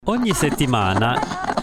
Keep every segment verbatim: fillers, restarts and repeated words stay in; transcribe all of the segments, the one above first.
Ogni settimana.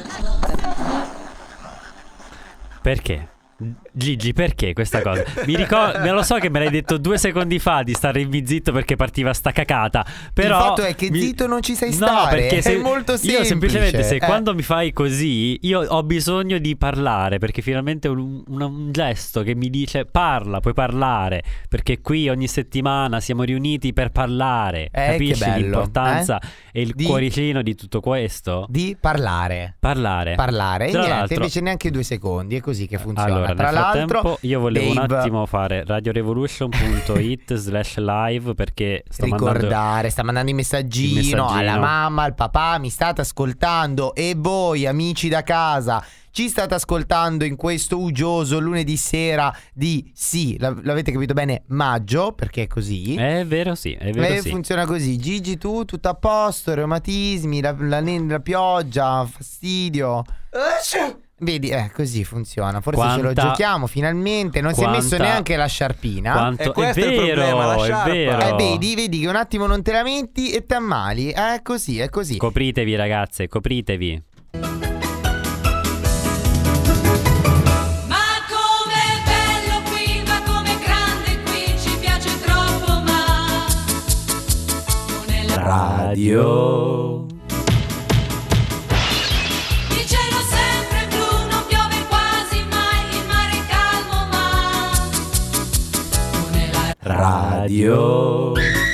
Perché? Gigi, perché questa cosa? Mi ricordo, me lo so che me l'hai detto due secondi fa di starmi zitto perché partiva sta cacata. Però il fatto è che mi... zitto non ci sai no, stare. perché se... è molto semplice. Io semplicemente se eh. quando mi fai così io ho bisogno di parlare, perché finalmente è un, un, un gesto che mi dice parla, puoi parlare, perché qui ogni settimana siamo riuniti per parlare. Eh, Capisci che bello, l'importanza eh? e il Di... cuoricino di tutto questo? Di parlare. Parlare. Parlare. E Tra niente, l'altro... invece neanche due secondi. È così che funziona. Allora, Tra nel frattempo l'altro, io volevo Dave... un attimo fare radiorevolution.it slash live perché sto ricordare, mandando... sta mandando il messaggino, il messaggino alla mamma, al papà, mi state ascoltando, e voi amici da casa ci state ascoltando in questo uggioso lunedì sera di, sì, l'av- l'avete capito bene, maggio, perché è così. È vero, sì, è vero, E sì. funziona così. Gigi, tu tutto a posto, reumatismi, la, la, la pioggia, fastidio. Vedi, eh, così funziona. Forse Quanta... ce lo giochiamo finalmente. Non Quanta... si è messo neanche la sciarpina. Quanto... E questo è è il vero, problema, la è sciarpa. vero. Eh, vedi, vedi che un attimo non te la metti e ti ammali. È così, è così. Copritevi, ragazze, copritevi. Radio. Il cielo sempre blu, non piove quasi mai, il mare è calmo ma non è la Radio.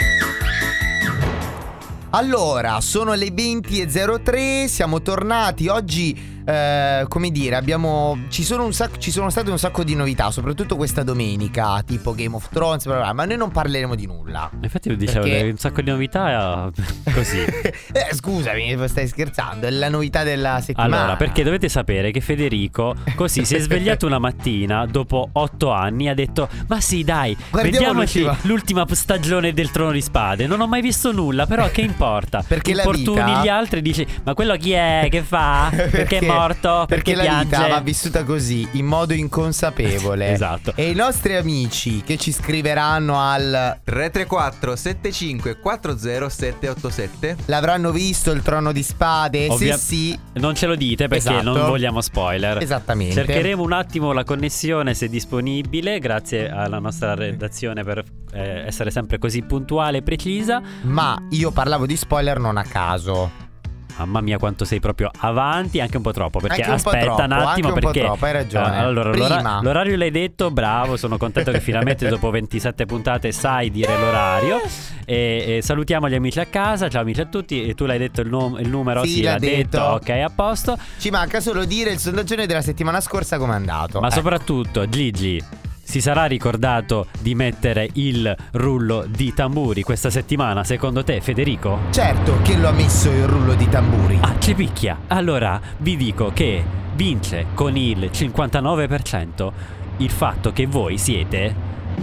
Allora, sono le venti e zero tre, siamo tornati oggi. Eh, come dire, abbiamo ci sono un sacco ci sono state un sacco di novità, soprattutto questa domenica, tipo Game of Thrones, bla bla bla, ma noi non parleremo di nulla. Infatti io dicevo Perché... che un sacco di novità eh, così. eh, scusami, stai scherzando, è la novità della settimana. Allora, perché dovete sapere che Federico così si è svegliato una mattina dopo otto anni e ha detto: ma sì, dai, Guardiamo vediamoci l'ultima. l'ultima stagione del Trono di Spade. Non ho mai visto nulla, però che importa? Perché la importuni vita... gli altri e dici: ma quello chi è? Che fa? Perché, perché è morto? Perché, perché la piange? vita va vissuta così, in modo inconsapevole. Esatto. E i nostri amici che ci scriveranno al tre tre quattro sette cinque quattro zero sette otto sette l'avranno visto il Trono di Spade? Ovvia- Se sì, non ce lo dite perché esatto. non vogliamo spoiler. Esattamente. Cercheremo un attimo la connessione se disponibile, grazie alla nostra redazione per eh, essere sempre così puntuale e precisa. Ma io parlavo di spoiler non a caso. Mamma mia quanto sei proprio avanti, anche un po' troppo. Perché Anche un po' aspetta troppo, un attimo anche un po' perché troppo, hai ragione. eh, allora Prima. l'ora- l'orario l'hai detto, bravo, sono contento che finalmente dopo ventisette puntate sai dire l'orario. E, e salutiamo gli amici a casa, ciao amici a tutti. E tu l'hai detto il, num- il numero? Sì, Sì, l'ha l'ha detto. detto. Ok, a posto. Ci manca solo dire il sondaggio della settimana scorsa com'è andato. Ma Eh. soprattutto Gigi si sarà ricordato di mettere il rullo di tamburi questa settimana, secondo te, Federico? Certo che lo ha messo il rullo di tamburi. Ah, ci picchia. Allora vi dico che vince con il cinquantanove per cento il fatto che voi siete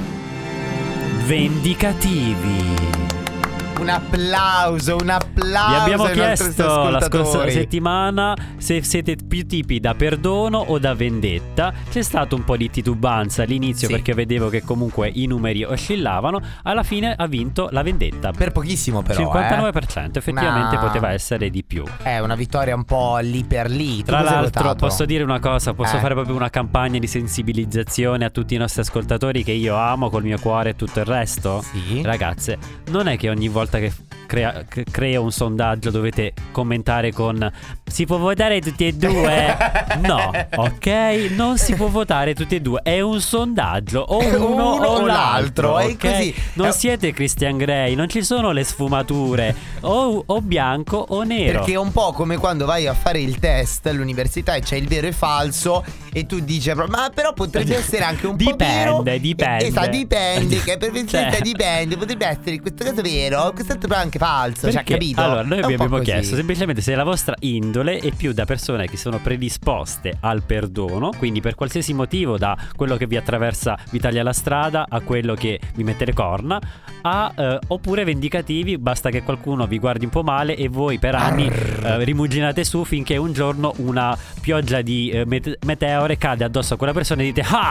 vendicativi. Un applauso, un applauso. Vi abbiamo ai nostri chiesto la scorsa ascoltatori. settimana se siete più tipi da perdono o da vendetta. C'è stato un po' di titubanza all'inizio Sì. perché vedevo che comunque i numeri oscillavano. Alla fine ha vinto la vendetta. Per pochissimo però, cinquantanove per cento, effettivamente Una- poteva essere di più. eh. È una vittoria un po' lì per lì. Tu Tra cosa hai l'altro votato? posso dire una cosa, posso Eh. fare proprio una campagna di sensibilizzazione a tutti i nostri ascoltatori che io amo col mio cuore e tutto il resto? Sì. Ragazze, non è che ogni volta che crea, che creo un sondaggio dovete commentare con si può votare tutti e due? No, ok? Non si può votare tutti e due, è un sondaggio, o uno, Uno o o l'altro, l'altro, è ok? così. Non Eh. siete Christian Grey, non ci sono le sfumature, o, o bianco o nero. Perché è un po' come quando vai a fare il test all'università e c'è il vero e falso e tu dici ma però potrebbe essere anche un po' vero. Dipende, dipende. E, esatto, dipende, che per perfezione Cioè. dipende, potrebbe essere in questo caso vero, quest'altro però anche falso, cioè Perché, capito? allora, noi È vi un po' abbiamo così. chiesto semplicemente se la vostra indole è più da persone che sono predisposte al perdono, quindi per qualsiasi motivo, da quello che vi attraversa, vi taglia la strada, a quello che vi mette le corna, a, eh, oppure vendicativi, basta che qualcuno vi guardi un po' male e voi per anni eh, rimuginate su finché un giorno una pioggia di eh, met- meteore cade addosso a quella persona e dite ah!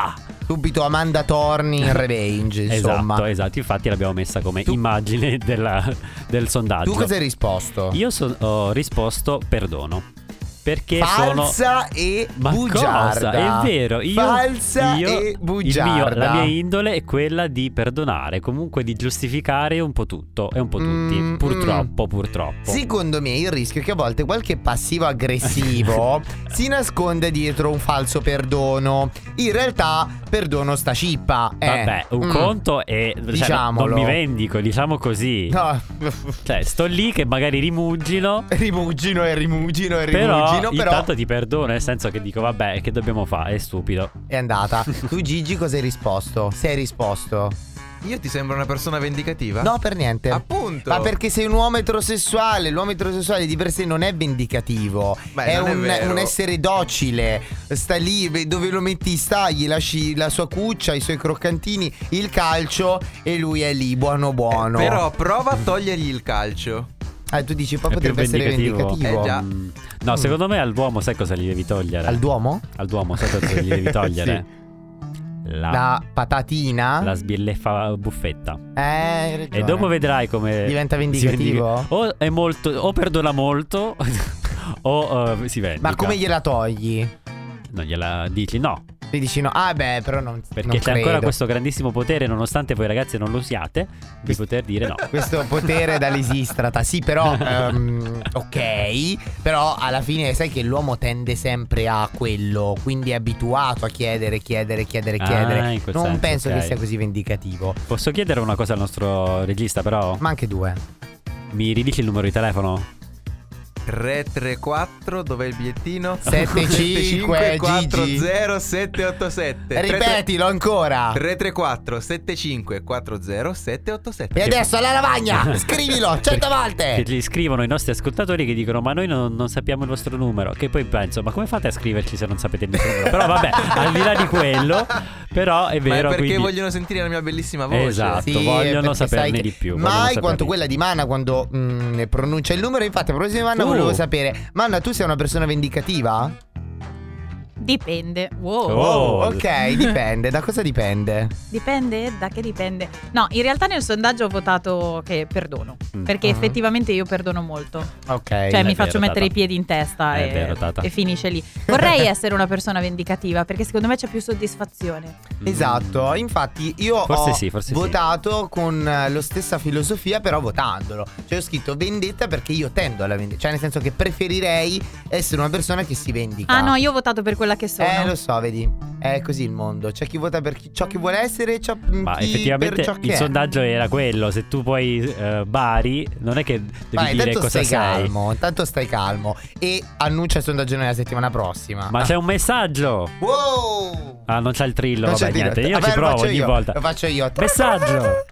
Subito Amanda Torni in Revenge, insomma. Esatto, esatto. Infatti l'abbiamo messa come Tu- immagine della- del sondaggio. Tu cosa hai risposto? Io so- ho risposto perdono. Perché Falsa sono e Ma bugiarda. cosa? È vero, io, Falsa io- e il bugiarda. mio- la mia indole è quella di perdonare, comunque di giustificare un po' tutto e un po' tutti. Mm, purtroppo, purtroppo. Secondo me il rischio è che a volte qualche passivo aggressivo si nasconde dietro un falso perdono. In realtà perdono sta cippa. eh. Vabbè, un Mm. conto è cioè, Diciamolo. non mi vendico, diciamo così. No. Cioè, sto lì che magari rimugino. Rimugino e rimugino e Però rimugino. Però, intanto ti perdono, nel senso che dico vabbè, che dobbiamo fare? È stupido. è andata. Tu Gigi cosa hai risposto? Se hai risposto? Io ti sembro una persona vendicativa? No, per niente. Appunto. Ma perché sei un uomo eterosessuale. L'uomo eterosessuale di per sé non è vendicativo. Beh, è, non è un, vero. un essere docile. Sta lì, ve- dove lo metti sta, gli lasci la sua cuccia, i suoi croccantini, il calcio e lui è lì, buono buono. Però prova a togliergli il calcio. Ah, tu dici poi È più potrebbe essere vendicativo. vendicativo. Eh, già. Mm, No, secondo me al Duomo sai cosa gli devi togliere? Al Duomo? Al Duomo sai cosa gli devi togliere? La, La patatina? la sbielleffa buffetta. Eh, hai ragione. E dopo vedrai come Diventa si vendicativo? vendica. O è molto, o perdona molto, o uh, si vendica. Ma come gliela togli? Non gliela dici no. Ti dici no. Ah, beh, però non. Perché non c'è credo. ancora questo grandissimo potere, nonostante voi ragazzi non lo usiate, di poter dire no. Questo potere da Lisistrata. Sì, però ehm, ok. Però alla fine sai che l'uomo tende sempre a quello. Quindi è abituato a chiedere, chiedere, chiedere, Ah, chiedere. in quel Non senso, penso ok. che sia così vendicativo. Posso chiedere una cosa al nostro regista però? Ma anche due. Mi ridici il numero di telefono? tre tre quattro, dov'è il bigliettino? sette cinque quattro Gigi. zero sette otto sette. Ripetilo ancora. tre tre quattro sette cinque quattro zero sette otto sette. E adesso alla lavagna. Scrivilo cento Che volte. gli scrivono i nostri ascoltatori che dicono ma noi non, non sappiamo il vostro numero. Che poi penso ma come fate a scriverci se non sapete il nostro numero? Però vabbè, al di là di quello, però è Ma è vero, perché quindi vogliono sentire la mia bellissima voce. Esatto. Sì, vogliono perché saperne sai che di più, vogliono Mai saperne quanto di quella di Manna quando mm, ne pronuncia il numero. Infatti a proposito di Manna Uh. volevo sapere, Manna, tu sei una persona vendicativa? Dipende. Wow. Oh. Ok, dipende. Da cosa dipende? Dipende? Da che dipende? No, in realtà nel sondaggio ho votato che perdono. Mm. Perché Mhm. effettivamente io perdono molto. Ok. Cioè è mi faccio vero, mettere Tata. i piedi in testa È e, vero, Tata. e finisce lì. Vorrei essere una persona vendicativa perché secondo me c'è più soddisfazione. Mm. Esatto, infatti io Forse ho sì, forse sì. votato con eh, la stessa filosofia, però votandolo. Cioè ho scritto vendetta perché io tendo alla vendetta. Cioè nel senso che preferirei essere una persona che si vendica. Ah no, io ho votato per quella che sono. Eh, lo so, vedi. È così il mondo. C'è chi vota per chi- ciò che vuole essere e ciò, Ma chi effettivamente per ciò che il è. sondaggio era quello. Se tu poi eh, bari, non è che devi Vai, dire intanto cosa stai sei. calmo. Intanto stai calmo. E annuncia il sondaggio nella settimana prossima. Ma Ah. c'è un messaggio. Wow! Ah, non c'è il trillo. Non Vabbè, c'è il niente. tiro. Io Vabbè, ci lo provo faccio ogni io, volta. Lo faccio io. Messaggio.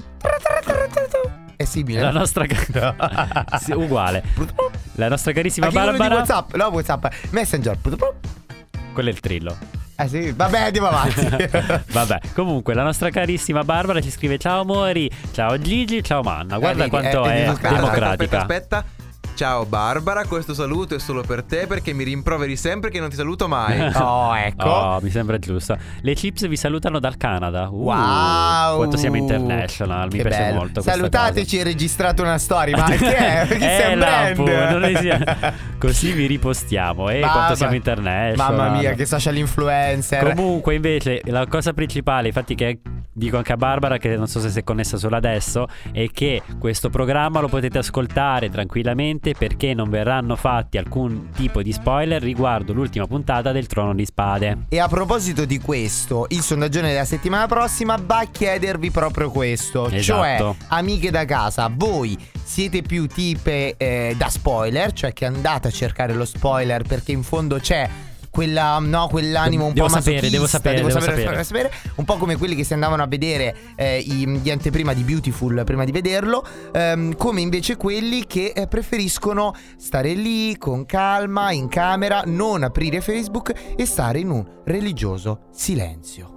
È simile. La nostra ca- sì, uguale. La nostra carissima Anche quello di Barbara. WhatsApp, no WhatsApp, Messenger. Quello è il trillo. Eh sì, vabbè, andiamo avanti. Vabbè, comunque la nostra carissima Barbara ci scrive: ciao amori, ciao Gigi, ciao Manna. Guarda vedi, quanto è è, educata. democratica. Aspetta, aspetta. Ciao Barbara, questo saluto è solo per te perché mi rimproveri sempre che non ti saluto mai. Oh, ecco. Oh, mi sembra giusto. Le chips vi salutano dal Canada. Uh, Wow. Quanto siamo international, mi Che piace bello. molto questa Salutateci, hai registrato una story. Ma che è? Che Eh, sei un Lampo, brand? non esi- Così vi ripostiamo. Eh, Mamma- quanto siamo international. Mamma mia, che social influencer. Comunque invece la cosa principale, infatti, che dico anche a Barbara, che non so se si è connessa solo adesso, è che questo programma lo potete ascoltare tranquillamente perché non verranno fatti alcun tipo di spoiler riguardo l'ultima puntata del Trono di Spade. E a proposito di questo, il sondaggione della settimana prossima va a chiedervi proprio questo. Esatto. Cioè, amiche da casa, voi siete più tipe eh, da spoiler, cioè che andate a cercare lo spoiler perché in fondo c'è quella, no, quell'animo un Devo po' sapere, masochista, devo sapere, devo devo sapere, sapere. sapere, un po' come quelli che si andavano a vedere eh, i- gli anteprima di Beautiful prima di vederlo, ehm, come invece quelli che eh, preferiscono stare lì con calma in camera, non aprire Facebook e stare in un religioso silenzio.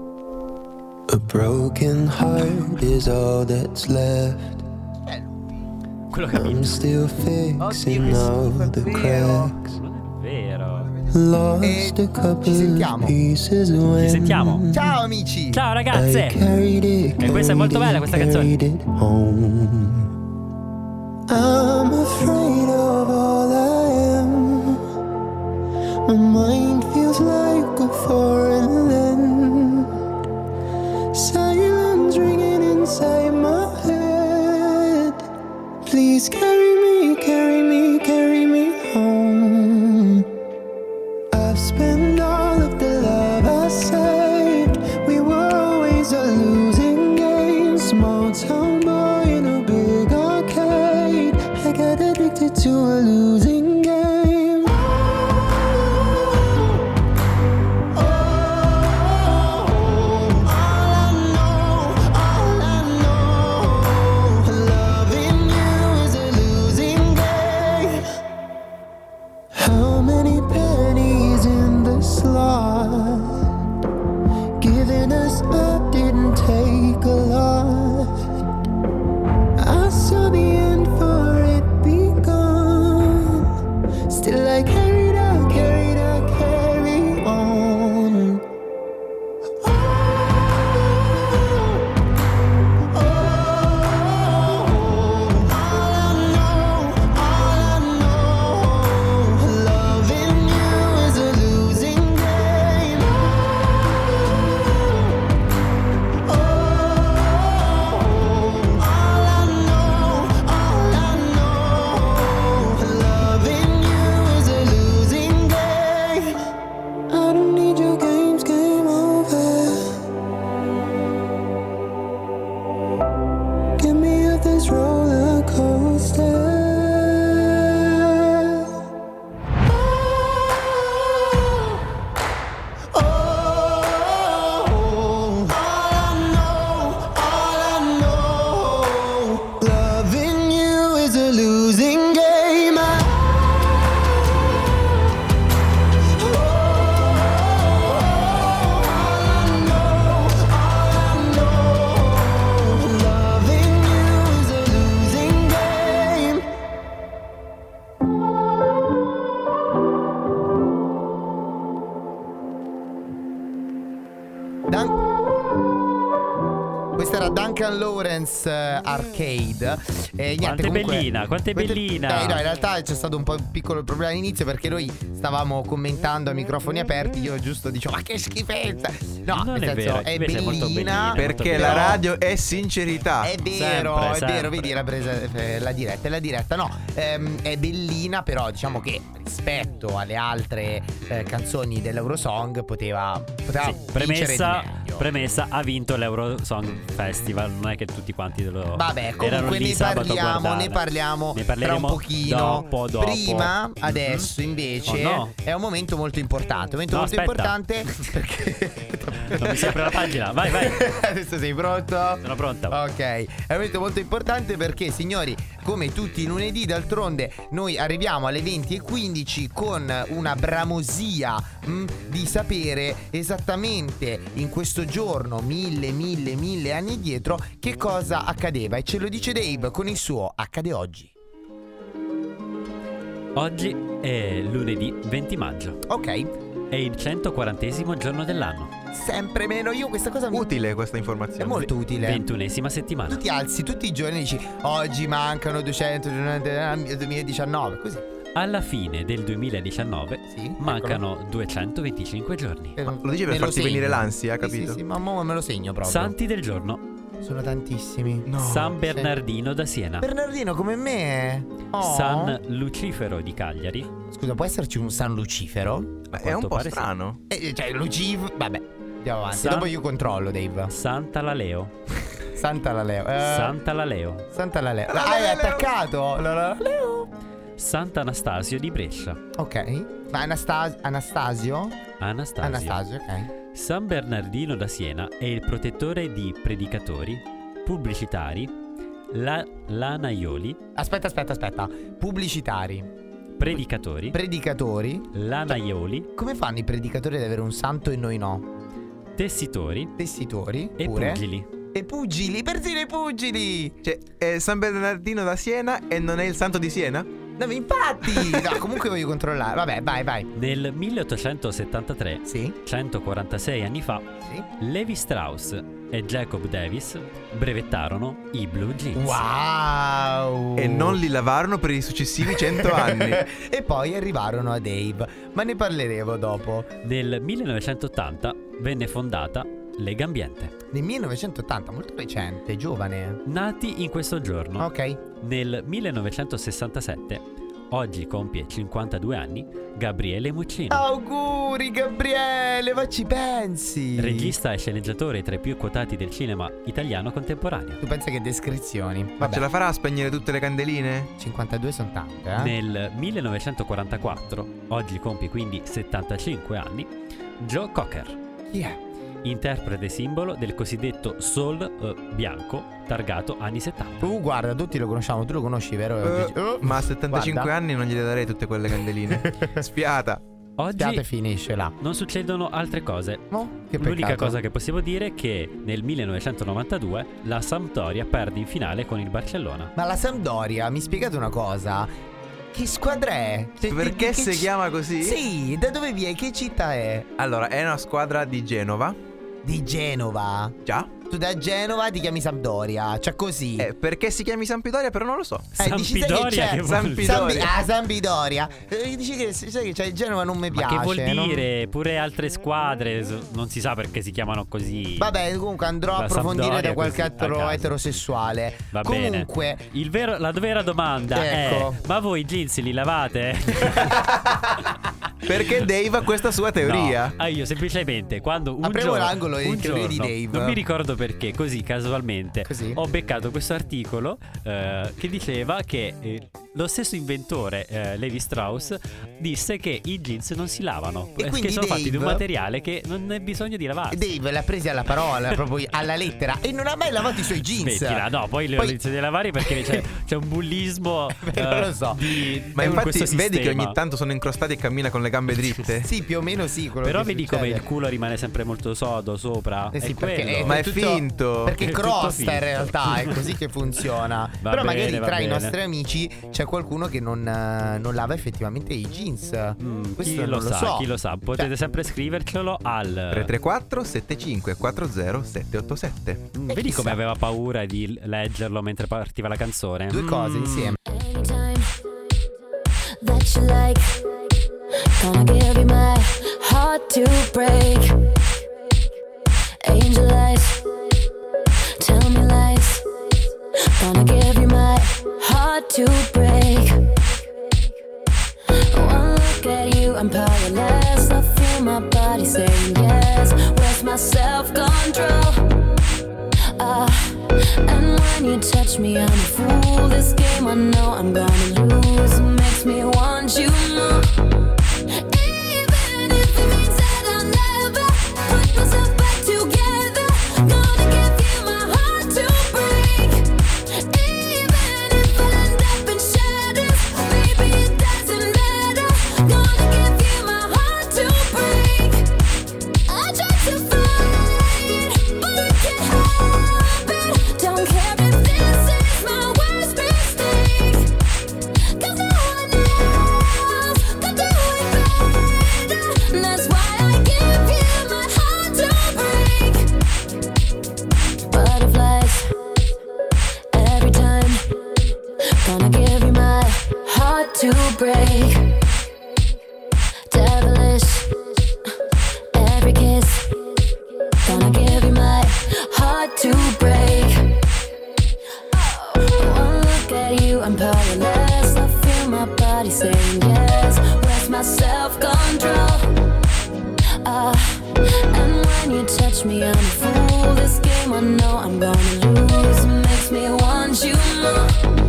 A broken heart is all that's left. Quello I'm capito. still fixing all the cracks. Vero. Lost E a couple ci sentiamo. of pieces when Ci sentiamo. Ciao amici. Ciao I ragazze. carried it, E questa è molto bella, questa carried canzone. it home. I'm afraid of all I am. My mind feels like a foreign land. Silence ringing inside my head. Please carry me, carry me, carry me home. I've spent all of the love I saved. We were always a losing game. Small town boy in a big arcade. I got addicted to a losing game. Oh, all I know, all I know, loving you is a losing game. How many pennies in the slot? Giving us up didn't take a lot. I saw the end for it begun. Still I carried out, carried out, carry on. Oh, oh, all I know, all I know, loving you is a losing game. Oh, all I know, all I know, loving you is a losing game. I don't need your games, game over. Get me off this roller coaster. Oh, all I know, all I know, loving you is a losing game. Loving you is a losing game. Dan- Questa era Duncan Lawrence eh, Arcade. E niente, Quanto è comunque- bellina, quanto è quante- bellina. Eh, no, in realtà c'è stato un po' un piccolo problema all'inizio perché noi stavamo commentando a microfoni aperti. Io giusto dicevo, ma che schifezza. No, Non nel è senso, vero, è invece è molto bellina. bellina. Perché molto la però- radio è sincerità. È vero, Sempre, è sempre. vero, vedi la presa eh, la diretta, è la diretta. No, ehm, è bellina, però diciamo che rispetto alle altre eh, canzoni dell'Eurosong poteva, poteva Sì, vincere di premessa, meglio. premessa ha vinto l'Eurosong Festival. Non è che tutti quanti lo Vabbè, erano comunque lì ne sabato a parliamo, guardarla. ne parliamo Ne tra parleremo un pochino. dopo, dopo. Prima, Mhm. adesso invece Oh, no. è un momento molto importante. Un momento No, molto aspetta. importante perché Non mi si apre la pagina. Vai, vai. Adesso sei pronto? Sono pronta. Ok, è un momento molto importante perché, signori, come tutti i lunedì, d'altronde noi arriviamo alle venti e quindici con una bramosia mh, di sapere esattamente in questo giorno, mille, mille, mille anni dietro, che cosa accadeva. E ce lo dice Dave con il suo Accade Oggi. Oggi è lunedì venti maggio. Ok, È il centoquarantesimo giorno dell'anno. sempre meno. Io questa cosa mi... Utile questa informazione. è molto utile. Ventunesima settimana. Tu ti alzi tutti i giorni e dici oggi mancano duecento giornate del duemiladiciannove, così. Alla fine del duemiladiciannove Sì, mancano duecentoventicinque giorni. Eh, Ma lo dici per me lo farti segno. venire l'ansia, Sì, capito? Sì, sì, ma mo me lo segno proprio. Santi del giorno. Sono tantissimi. No. San Bernardino da Siena. Bernardino come me. Oh. San Lucifero di Cagliari. Scusa, può esserci un San Lucifero? Ma A è un quanto po' pare sì. strano. Eh, cioè Lucifero. Vabbè, andiamo avanti. San- Dopo io controllo, Dave. Santa Laleo. Santa la Leo. Eh, Santa Laleo. Santa la Leo. La Ah, è Leo. attaccato. La la Leo. Sant'Anastasio di Brescia. Ok. Ma Anastas- Anastasio? Anastasio. Anastasio, ok. San Bernardino da Siena è il protettore di predicatori, pubblicitari, la- lanaioli, Aspetta, aspetta, aspetta. Pubblicitari. predicatori, Predicatori. lanaioli, Come fanno i predicatori ad avere un santo e noi no? tessitori Tessitori. e pure. pugili. E pugili, persino i pugili. Cioè, è San Bernardino da Siena e non è il santo di Siena? No, infatti. No, comunque voglio controllare. Vabbè, vai, vai. Nel milleottocentosettantatré, Sì, centoquarantasei anni fa, sì. Levi Strauss e Jacob Davis brevettarono i blue jeans. Wow. E non li lavarono per i successivi cento anni. E poi arrivarono a Dave. Ma ne parleremo dopo. Nel millenovecentottanta venne fondata Lega Ambiente. Nel millenovecentottanta, molto recente, giovane. Nati in questo giorno, Ok. nel millenovecentosessantasette, oggi compie cinquantadue anni, Gabriele Muccino. Auguri Gabriele, ma ci pensi? Regista e sceneggiatore tra i più quotati del cinema italiano contemporaneo. Tu pensa che descrizioni? Ma Vabbè, ce la farà a spegnere tutte le candeline? cinquantadue sono tante, eh? Nel millenovecentoquarantaquattro, oggi compie quindi settantacinque anni, Joe Cocker, Chi è? interprete simbolo del cosiddetto soul eh, bianco targato anni settanta. Tu guarda, tutti lo conosciamo, tu lo conosci, vero? Eh, Oh, ma a settantacinque guarda. anni non gliele darei tutte quelle candeline. Spiata. Oggi Spiate, finisce là. non succedono altre cose. Oh, che L'unica peccato. cosa che possiamo dire è che nel millenovecentonovantadue la Sampdoria perde in finale con il Barcellona. Ma la Sampdoria, mi spiegate una cosa? Che squadra è? Cioè, Perché che si ci- chiama così? Sì, da dove viene? Che città è? Allora, è una squadra di Genova. Di Genova. Già. Tu da Genova ti chiami Sampdoria, cioè così. Eh, perché si chiami Sampdoria però non lo so. Eh, dici, sai Sampidoria, c'è? che vuol Sampi- dire? Sampi- ah, Sampdoria. Eh, dici che sai che c'è Genova non mi Ma piace. che vuol non- dire? Pure altre squadre s- non si sa perché si chiamano così. Vabbè, comunque andrò a La approfondire Sampdoria da qualche così, a altro caso. eterosessuale. Va Comunque, bene. Il vero- la vera domanda Ecco. è: ma voi i jeans li lavate? Perché Dave ha questa sua teoria. No. Ah, io semplicemente quando un Apriamo giorno, l'angolo e un teorie di giorno, Dave. non mi ricordo perché, così casualmente Così? ho beccato questo articolo eh, che diceva che eh, lo stesso inventore eh, Levi Strauss disse che i jeans non si lavano, E eh, quindi che sono fatti di un Dave- materiale che non è bisogno di lavare. Dave l'ha presi alla parola, proprio alla lettera, e non ha mai lavato i suoi jeans. Smettila, no, poi le Poi- ho iniziato a lavare perché c'è, c'è un bullismo Però eh, lo so. di, Ma di infatti questo vedi che sistema. ogni tanto sono incrostati e cammina con le gambe dritte. Sì, più o meno sì. quello Però che vedi come succede. il culo rimane sempre molto sodo sopra. Eh sì, è perché quello. Ma è tutto- finto. Perché È tutto crosta finto. in realtà, è così che funziona. Va Però bene, magari va tra i bene. nostri amici c'è qualcuno che non, eh, non lava effettivamente i jeans. Mm, Questo chi non lo lo sa, so. chi lo sa. Potete Cioè- sempre scrivercelo al tre tre quattro sette cinque quattro zero sette otto sette. Mm, Eh, vedi chissà. come aveva paura di leggerlo mentre partiva la canzone. Due cose Mm. insieme. Anytime that you like, gonna give you my heart to break. Angel eyes, tell me lies, gonna give you my heart to break. One look at you, I'm powerless. I feel my body saying yes. Where's my self-control? Ah, and when you touch me, I'm a fool. This game I know I'm gonna lose. Makes me want you more. Even if it means that I'll never put myself back together, gonna give you my heart to break. Even if I end up in shadows, baby it doesn't matter. Gonna give you my heart to break. I try to fight, but I can't help it. Don't care if this is my worst mistake, 'cause no one else can do it better. That's why I give you my heart to break. Butterflies every time, gonna give you my heart to break. Devilish every kiss, gonna give you my heart to break. One look at you, I'm powerless. I feel my body saying yes. Where's my self-control? Ah, and when you touch me, I'm a fool. This game I know I'm gonna lose. Makes me want you more.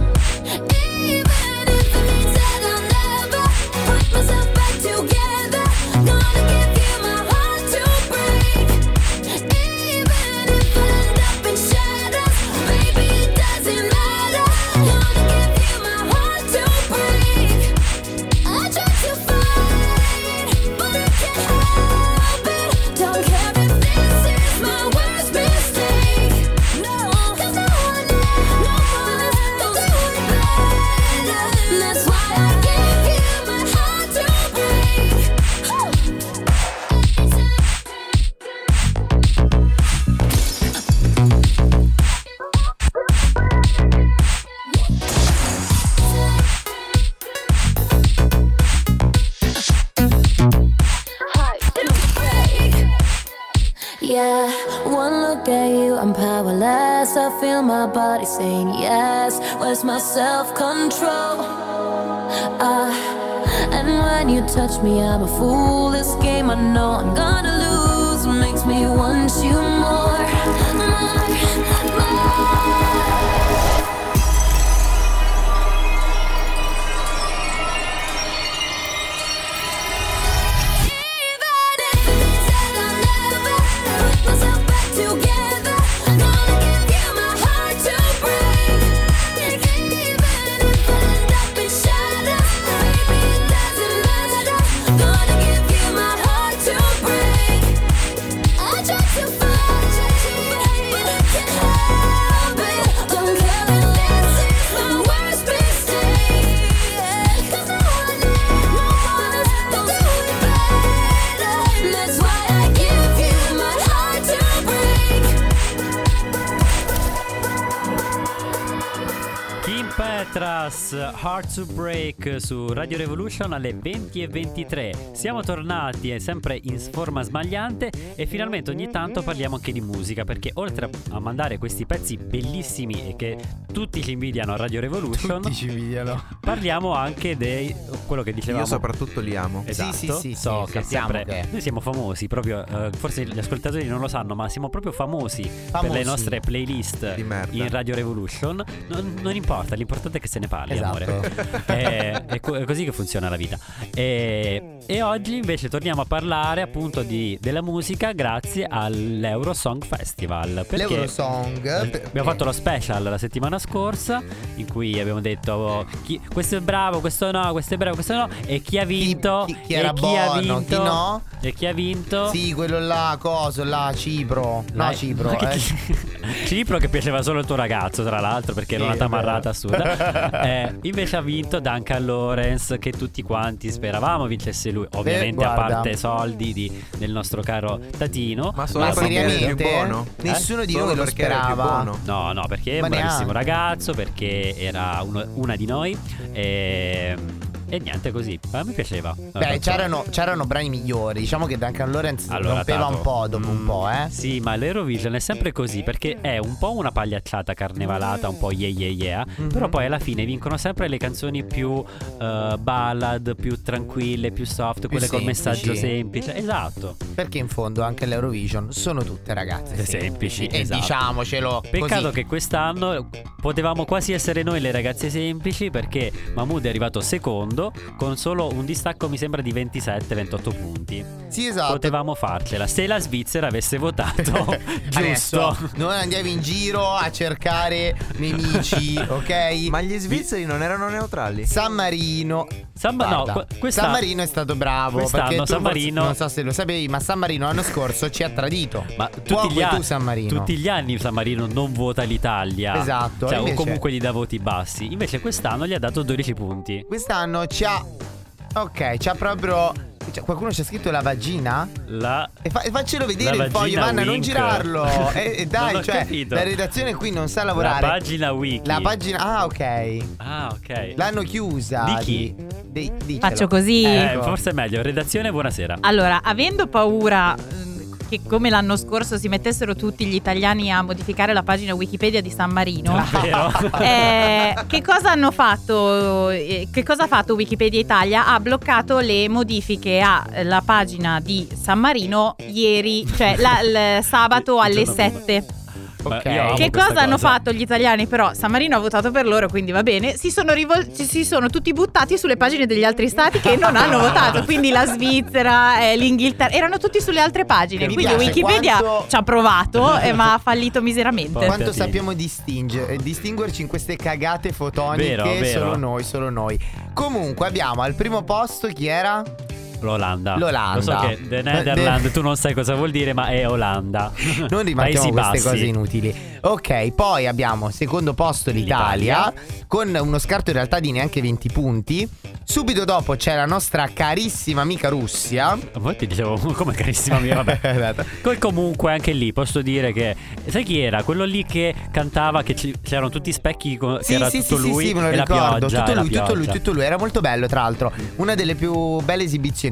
Even if it means that I'll never put myself back together, gonna give you my heart to break. Even if I end up in shadows, baby it doesn't matter. Gonna give you my heart to break. I try to fight, but I can't help it. Don't care if this is my worst mistake. No. Yeah, one look at you, I'm powerless. I feel my body saying yes. Where's my self-control? Ah, and when you touch me, I'm a fool. This game I know I'm gonna lose makes me want you more, more, more. Petras, Hard to Break su Radio Revolution alle venti e ventitré. Siamo tornati e sempre in forma smagliante e finalmente ogni tanto parliamo anche di musica, perché oltre a mandare questi pezzi bellissimi e che tutti ci invidiano a Radio Revolution, Tutti ci invidiano. parliamo anche di quello che dicevamo. Io soprattutto li amo. Esatto, Sì, sì, sì, so sì, che sappiamo sempre che- noi siamo famosi proprio, eh, forse gli ascoltatori non lo sanno, ma siamo proprio famosi, per Famosi. le nostre playlist Di merda. in Radio Revolution. Non, non importa, l'importante è che se ne parli, Esatto. amore. è, è co- è così che funziona la vita. E, e oggi invece torniamo a parlare appunto di, della musica grazie all'Eurosong Festival, perché L'Eurosong. eh, abbiamo fatto lo special la settimana scorsa in cui abbiamo detto oh, chi- questo è bravo, questo no, questo è bravo, questo no, e chi ha vinto, chi- chi era e chi ha buono, vinto, chi no. e chi ha vinto. Sì, quello là, coso, là, Cipro. No, Dai, Cipro. ma che- eh. Cipro che piaceva solo il tuo ragazzo, tra l'altro, perché era Sì, una è tamarrata vero. assurda. Eh, invece ha vinto Duncan Lawrence, che tutti quanti speravamo vincesse lui. Ovviamente a guarda. parte soldi di- del nostro caro Tatino. Ma solo Ma perché era il più seriamente? buono. Nessuno di Solo noi lo perché era il più sperava. buono. No, no, perché è Ma un bravissimo neanche. ragazzo, perché era uno- una di noi. E, e niente, così. A me piaceva. Beh, c'erano, c'erano brani migliori. Diciamo che Duncan Lawrence Allora, rompeva Tato, un po' dopo un mm, po', eh. Sì, ma l'Eurovision è sempre così, perché è un po' una pagliacciata carnevalata, un po' yeah yeah yeah. Mhm. Però poi alla fine vincono sempre le canzoni più eh, ballad, più tranquille, più soft, quelle col semplici. messaggio semplice. Esatto. Perché in fondo anche l'Eurovision sono tutte ragazze Semplici, E esatto. diciamocelo Peccato così. che quest'anno potevamo quasi essere noi le ragazze semplici, perché Mahmood è arrivato secondo con solo un distacco mi sembra di ventisette ventotto punti. Sì, esatto. Potevamo farcela se la Svizzera avesse votato giusto. Adesso non andiamo in giro a cercare nemici, ok? Ma gli svizzeri non erano neutrali? San Marino. San, Ma- no, Guarda, que- questa- San Marino è stato bravo. quest'anno Perché tu San forse- Marino- non so se lo sapevi, ma San Marino l'anno scorso ci ha tradito. Ma Può tutti gli, vuoi anni, tu San Marino. tutti gli anni San Marino non vota l'Italia. Esatto, Cioè, invece- o comunque gli dà voti bassi. Invece quest'anno gli ha dato dodici punti. Quest'anno ci ha. Ok, ci ha proprio. cioè, qualcuno ci ha scritto la vagina? La E, fa- e faccelo vedere La il foglio, vagina Vanna, non wink. girarlo. E e dai, Non ho cioè, capito. la redazione qui non sa La lavorare. pagina wiki. La pagina. Ah, ok. Ah, ok. L'hanno chiusa. Di chi? Di, dicelo. Faccio così. Eh, Ecco. forse è meglio. Redazione, buonasera. Allora, avendo paura ehm, che come l'anno scorso si mettessero tutti gli italiani a modificare la pagina Wikipedia di San Marino, Vero? eh, che cosa hanno fatto? eh, Che cosa ha fatto Wikipedia Italia? Ha bloccato le modifiche alla pagina di San Marino ieri, cioè la- il sabato Il alle giorno prima. sette. Beh, Ok. io amo Che questa cosa hanno cosa. fatto gli italiani? Però San Marino ha votato per loro, quindi va bene. Si sono, rivol- ci- si sono tutti buttati sulle pagine degli altri stati che non hanno votato. Quindi la Svizzera, eh, l'Inghilterra, erano tutti sulle altre pagine. Mi Quindi piace Wikipedia quanto- ci ha provato, eh, ma ha fallito miseramente. Porca Quanto Dio. sappiamo distingue- eh, distinguerci in queste cagate fotoniche. Vero, vero. Solo noi, solo noi. Comunque abbiamo al primo posto chi era? L'Olanda. L'Olanda. Lo so che The Netherlands tu non sai cosa vuol dire, ma è Olanda. Non rimarchiamo Paesi queste Bassi. cose inutili. Ok, poi abbiamo secondo posto l'Italia, con uno scarto in realtà di neanche venti punti. Subito dopo c'è la nostra carissima amica Russia. A voi ti dicevo, come carissima mia, vabbè. Poi comunque anche lì posso dire che sai chi era? Quello lì che cantava che ci- c'erano tutti i specchi co- che Sì, era sì, tutto sì, lui sì, sì, me lo e la ricordo. pioggia, tutto e la lui, tutto lui, pioggia. tutto lui. Era molto bello, tra l'altro. Una delle più belle esibizioni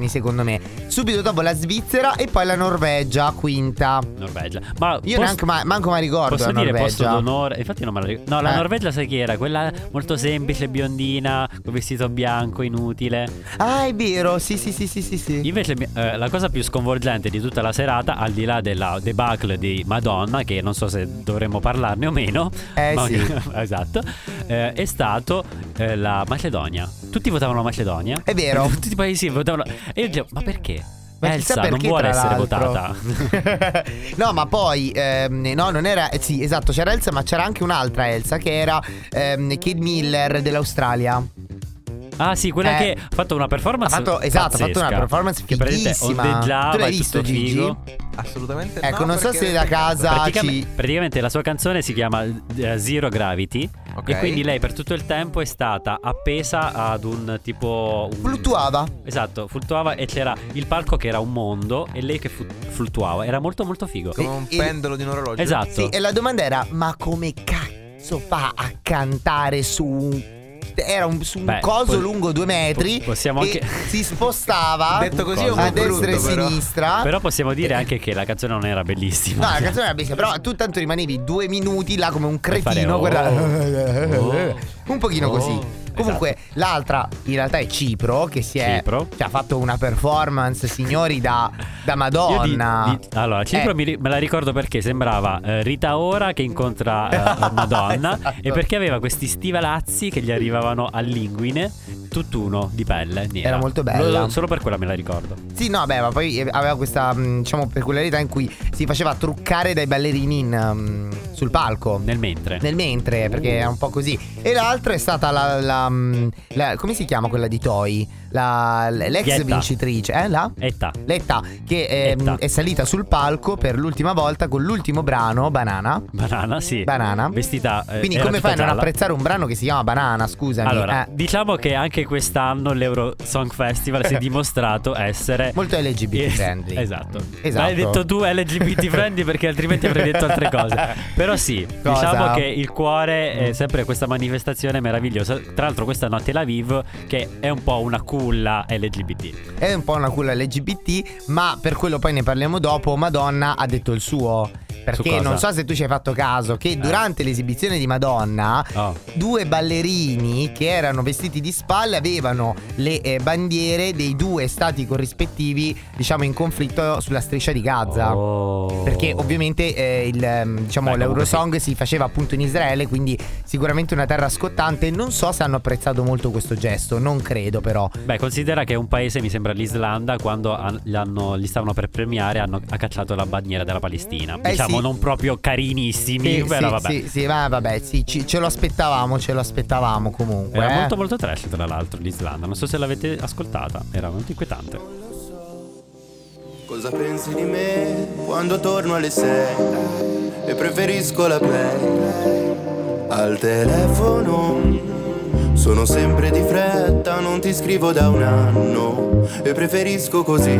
posizioni secondo me. Subito dopo la Svizzera e poi la Norvegia, quinta. Norvegia. Ma Io posso- neanche ma- manco mi ricordo Posso la dire posto Norvegia. d'onore? Infatti non me la ricordo. No, la Eh. Norvegia sai chi era? Quella molto semplice, biondina, con vestito bianco, inutile. Ah, è vero, sì sì sì sì sì, sì. Invece mi- eh, la cosa più sconvolgente di tutta la serata, al di là della debacle di Madonna, che non so se dovremmo parlarne o meno, Eh, ma- sì. esatto, eh, è stato eh, la Macedonia. Tutti votavano la Macedonia. È vero. Tutti i paesi votavano. E io dicevo, ma perché? Ma Elsa chissà non perché, vuole tra essere l'altro. votata. No, ma poi ehm, no, non era eh, sì, esatto, c'era Elsa, ma c'era anche un'altra Elsa che era ehm, Kate Miller dell'Australia. Ah sì, quella Eh, che ha fatto una performance Ha fatto, esatto, ha fatto una pazzesca, performance che praticamente fighissima. ondeggiava, Tu l'hai è visto, tutto Gigi? figo. Assolutamente Ecco, no, non so perché se da casa Praticamente, ci praticamente la sua canzone si chiama eh, Zero Gravity. Ok. E quindi lei per tutto il tempo è stata appesa ad un tipo un- fluttuava. Esatto, fluttuava e c'era il palco che era un mondo e lei che fu- fluttuava. Era molto molto figo. come un E- pendolo di un orologio. Esatto. Sì, e la domanda era: ma come cazzo fa a cantare su un era un, su un Beh, coso poi- lungo due metri po- possiamo e anche- si spostava Detto così è un a po' destra e brutto, però. sinistra. Però possiamo dire anche che la canzone non era bellissima. No, la canzone era bellissima, però tu tanto rimanevi due minuti là come un fare, cretino, oh, guarda. oh, un pochino oh. così. Comunque l'altra in realtà è Cipro, che si è Cipro. che ha fatto una performance, signori, da, da Io Madonna. di- di- allora, Cipro Eh. mi ri- me la ricordo perché sembrava eh, Rita Ora che incontra eh, Madonna Esatto. e perché aveva questi stivalazzi che gli arrivavano all'inguine, tutt'uno di pelle nera. Era molto bella. Lo- solo per quella me la ricordo. Sì, no, beh, ma poi eh, aveva questa, mh, diciamo, peculiarità in cui si faceva truccare dai ballerini in, mh, sul palco. Nel mentre. Nel mentre, perché è un po' così. E l'altra è stata la, la, mh, la- come si chiama quella di Toy? La, l'ex Ghietta. vincitrice, eh? La? Etta. Letta, che ehm, Etta. è salita sul palco per l'ultima volta con l'ultimo brano, Banana. Banana, sì. Banana. Vestita. eh, Quindi era come tutta fai a non gialla. apprezzare un brano che si chiama Banana, scusami? Allora, Eh, diciamo che anche quest'anno l'Euro Song Festival si è dimostrato essere molto L G B T Es- friendly. Esatto. Esatto. L'hai detto tu L G B T friendly perché altrimenti avrei detto altre cose. Però sì, Cosa? diciamo che il cuore è sempre questa manifestazione meravigliosa. Tra l'altro quest'anno a Tel Aviv, che è un po' una culla L G B T. È un po' una culla L G B T, ma per quello poi ne parliamo dopo. Madonna ha detto il suo. Perché cosa? non so se tu ci hai fatto caso che durante l'esibizione di Madonna Oh. due ballerini che erano vestiti di spalle avevano le eh, bandiere dei due stati corrispettivi, diciamo, in conflitto sulla striscia di Gaza. Oh. Perché ovviamente eh, il, ehm, diciamo, Beh, comunque l'Eurosong si faceva appunto in Israele, quindi sicuramente una terra scottante. Non so se hanno apprezzato molto questo gesto, non credo però. Beh, considera che un paese, mi sembra l'Islanda, quando han- li, hanno- li stavano per premiare, hanno ha cacciato la bandiera della Palestina. Eh, diciamo sì. non proprio carinissimi, Sì, però sì, vabbè. sì, sì, ma vabbè, sì, ci- ce lo aspettavamo, ce lo aspettavamo comunque. Era eh. molto molto trash tra l'altro l'Islanda. Non so se l'avete ascoltata, era molto inquietante. Cosa pensi di me quando torno alle sei e preferisco la play al telefono? Sono sempre di fretta, non ti scrivo da un anno e preferisco così.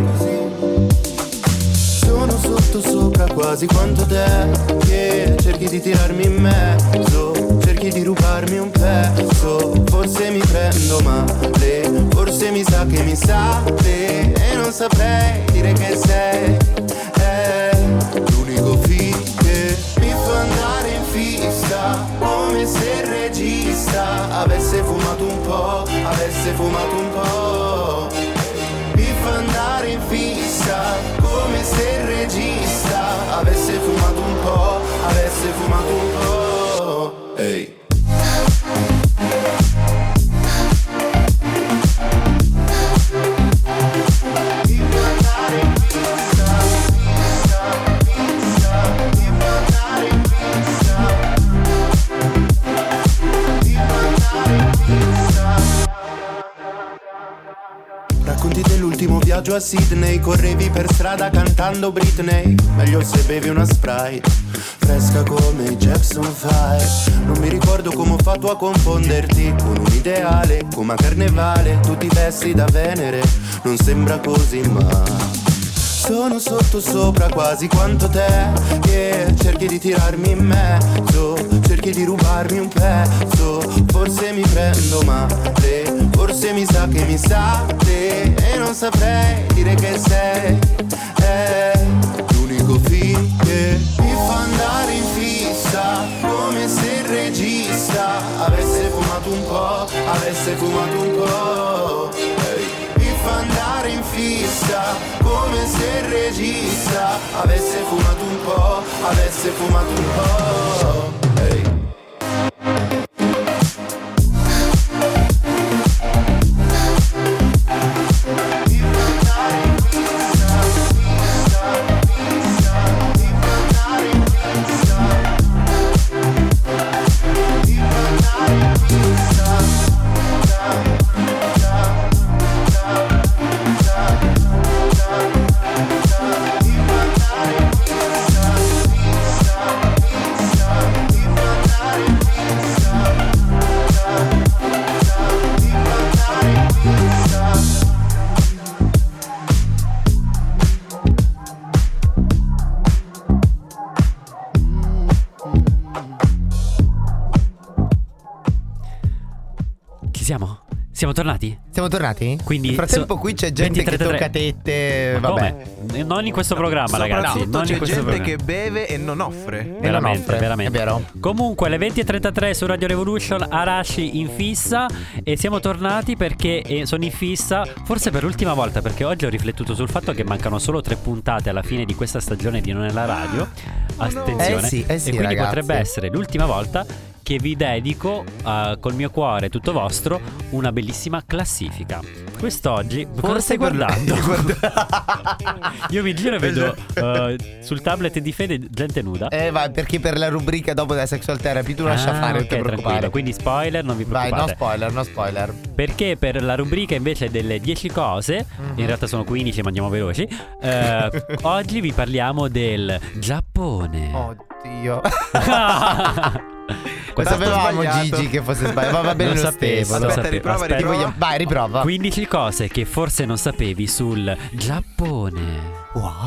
Sono sotto sopra quasi quanto te, che cerchi di tirarmi in mezzo, cerchi di rubarmi un pezzo. Forse mi prendo male, forse mi sa che mi sale e non saprei dire che sei è l'unico film che mi fa andare in fissa, come se il regista avesse fumato un po', avesse fumato un po'. Mi fa andare in fissa, come se il regista avesse fumato un po', avesse fumato un po'. Ehi. Mi fa andare in fissa, fissa, fissa. Mi fa andare in fissa. Mi fa andare in fissa. Racconti dell'ultimo viaggio a Sydney, correvi per strada cantando Britney. Meglio se bevi una Sprite, fresca come i Jackson Five. Non mi ricordo come ho fatto a confonderti con un ideale, come a carnevale. Tu ti vesti da Venere, non sembra così ma Sono sotto sopra quasi quanto te, che cerchi di tirarmi in mezzo, cerchi di rubarmi un pezzo. Forse mi prendo male, forse mi sa che mi sa te, e non saprei dire che sei è l'unico film che mi fa andare in fissa, come se il regista avesse fumato un po', avesse fumato un po'. Ehi, mi fa andare in fissa, come se il regista avesse fumato un po', avesse fumato un po'. Ehi. Siamo? Siamo tornati? Siamo tornati? Quindi Nel frattempo so- qui c'è gente che ventitré. tocca tette. Ma Vabbè. come? Non in questo programma, ragazzi. Soprattutto Non in c'è questo gente programma. che beve e non offre. E non Veramente, offre, veramente. è vero. Comunque, alle venti e trentatré su Radio Revolution, Arashi in fissa. E siamo tornati perché eh, sono in fissa, forse per l'ultima volta, perché oggi ho riflettuto sul fatto che mancano solo tre puntate alla fine di questa stagione di Non è la radio. Attenzione. Eh sì, eh sì, e quindi ragazzi. potrebbe essere l'ultima volta che vi dedico uh, col mio cuore tutto vostro una bellissima classifica. Quest'oggi cosa stai guardando? Io mi giro e vedo uh, sul tablet di Fede gente nuda. Eh vai, perché per la rubrica dopo della sexual therapy tu lascia Ah, fare, non ok, ti preoccupare. tranquillo. Quindi spoiler, non vi Vai, preoccupate. no spoiler, no spoiler. Perché per la rubrica invece delle dieci cose, Mhm. in realtà sono quindici, ma andiamo veloci. eh, oggi vi parliamo del Giappone. Oddio. Lo Questa- sapevamo sbagliato. Gigi che fosse sbagliato. Va bene Lo lo, sapevo, stesso. lo Aspetta, sapevo. riprova, Aspetta. Ti riprova. voglio- Vai, riprova. quindici cose che forse non sapevi sul Giappone.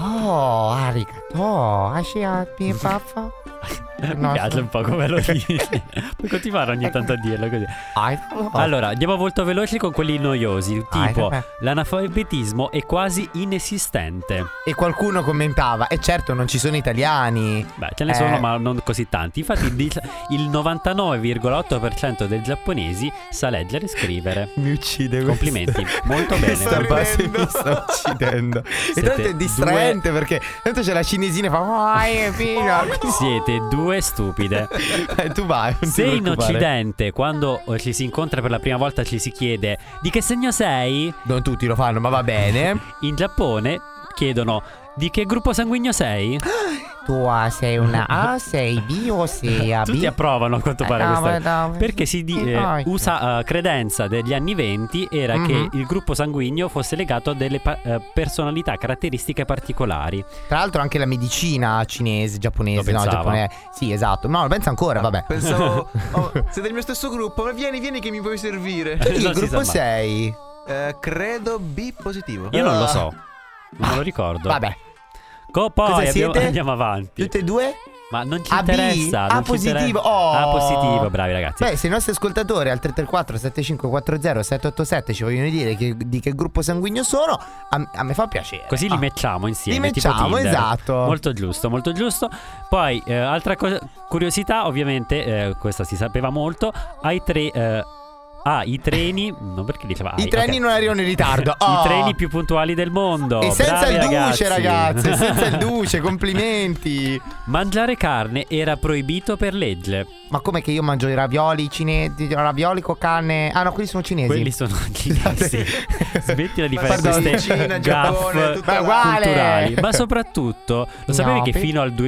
Wow, arigato. Ashiati, paffa. Mi No, piace so- un po' come lo dici. Puoi continuare ogni tanto a dirlo così. Allora, andiamo molto veloci con quelli noiosi. Tipo, vabbè. l'analfabetismo è quasi inesistente. E qualcuno commentava, e certo non ci sono italiani. Beh, ce ne Eh. sono, ma non così tanti. Infatti, il dic- il novantanove virgola otto per cento dei giapponesi sa leggere e scrivere. Mi uccide questo. Complimenti, molto bene. Questa base ridendo. mi sta uccidendo. E Siete tanto è distraente perché tanto c'è la cinesina e fa "Vai, figa". Siete due stupide. Eh, tu vai. non ti Se in preoccupare. Occidente, quando eh, ci si incontra per la prima volta, ci si chiede di che segno sei, Non tutti lo fanno, ma va bene. in Giappone chiedono di che gruppo sanguigno sei. Tu sei una A, sei B o sei A B? Tutti approvano a quanto pare Eh, no, questa ma no, perché si di- eh, eh, dai. usa eh, credenza degli anni venti era Mhm. che il gruppo sanguigno fosse legato a delle pa- eh, personalità caratteristiche particolari. Tra l'altro anche la medicina cinese, giapponese, Lo no, pensava. giapponese. Sì, esatto. No, lo pensa ancora, vabbè. Pensavo, oh, sei del mio stesso gruppo, ma vieni, vieni che mi puoi servire. Tu di che Non si gruppo sa mai. sei? Eh, credo B positivo. Io non lo Ah. so, non me lo ricordo. Vabbè. Co- poi Cosa abbiamo- siete? andiamo avanti. Tutte e due? Ma non ci A B? interessa. A non ci interessa. positivo. Oh. A positivo, bravi ragazzi. Beh, se i nostri ascoltatori al tre tre quattro sette cinque quattro zero sette otto sette ci vogliono dire che- di che gruppo sanguigno sono, a, a me fa piacere. Così li Ah. matchiamo insieme. Li tipo matchiamo, Tinder. esatto. Molto giusto, molto giusto. Poi, eh, altra co- curiosità, ovviamente, eh, questa si sapeva molto. Ai tre. eh, ah, i treni. Non perché diceva. I ai, treni ok. non arrivano in ritardo. Oh. I treni più puntuali del mondo. E senza Bravi il duce, ragazzi. ragazze, senza il duce, complimenti. Mangiare carne era proibito per legge. Ma come che io mangio i ravioli cinesi, ravioli con carne? Ah no, quelli sono cinesi. Quelli sono cinesi. Smettila di fare Pardon. queste Cina, Giappone, gaffe tutta Ma là. uguale. culturali. Ma soprattutto, lo sapevi No, che per- fino al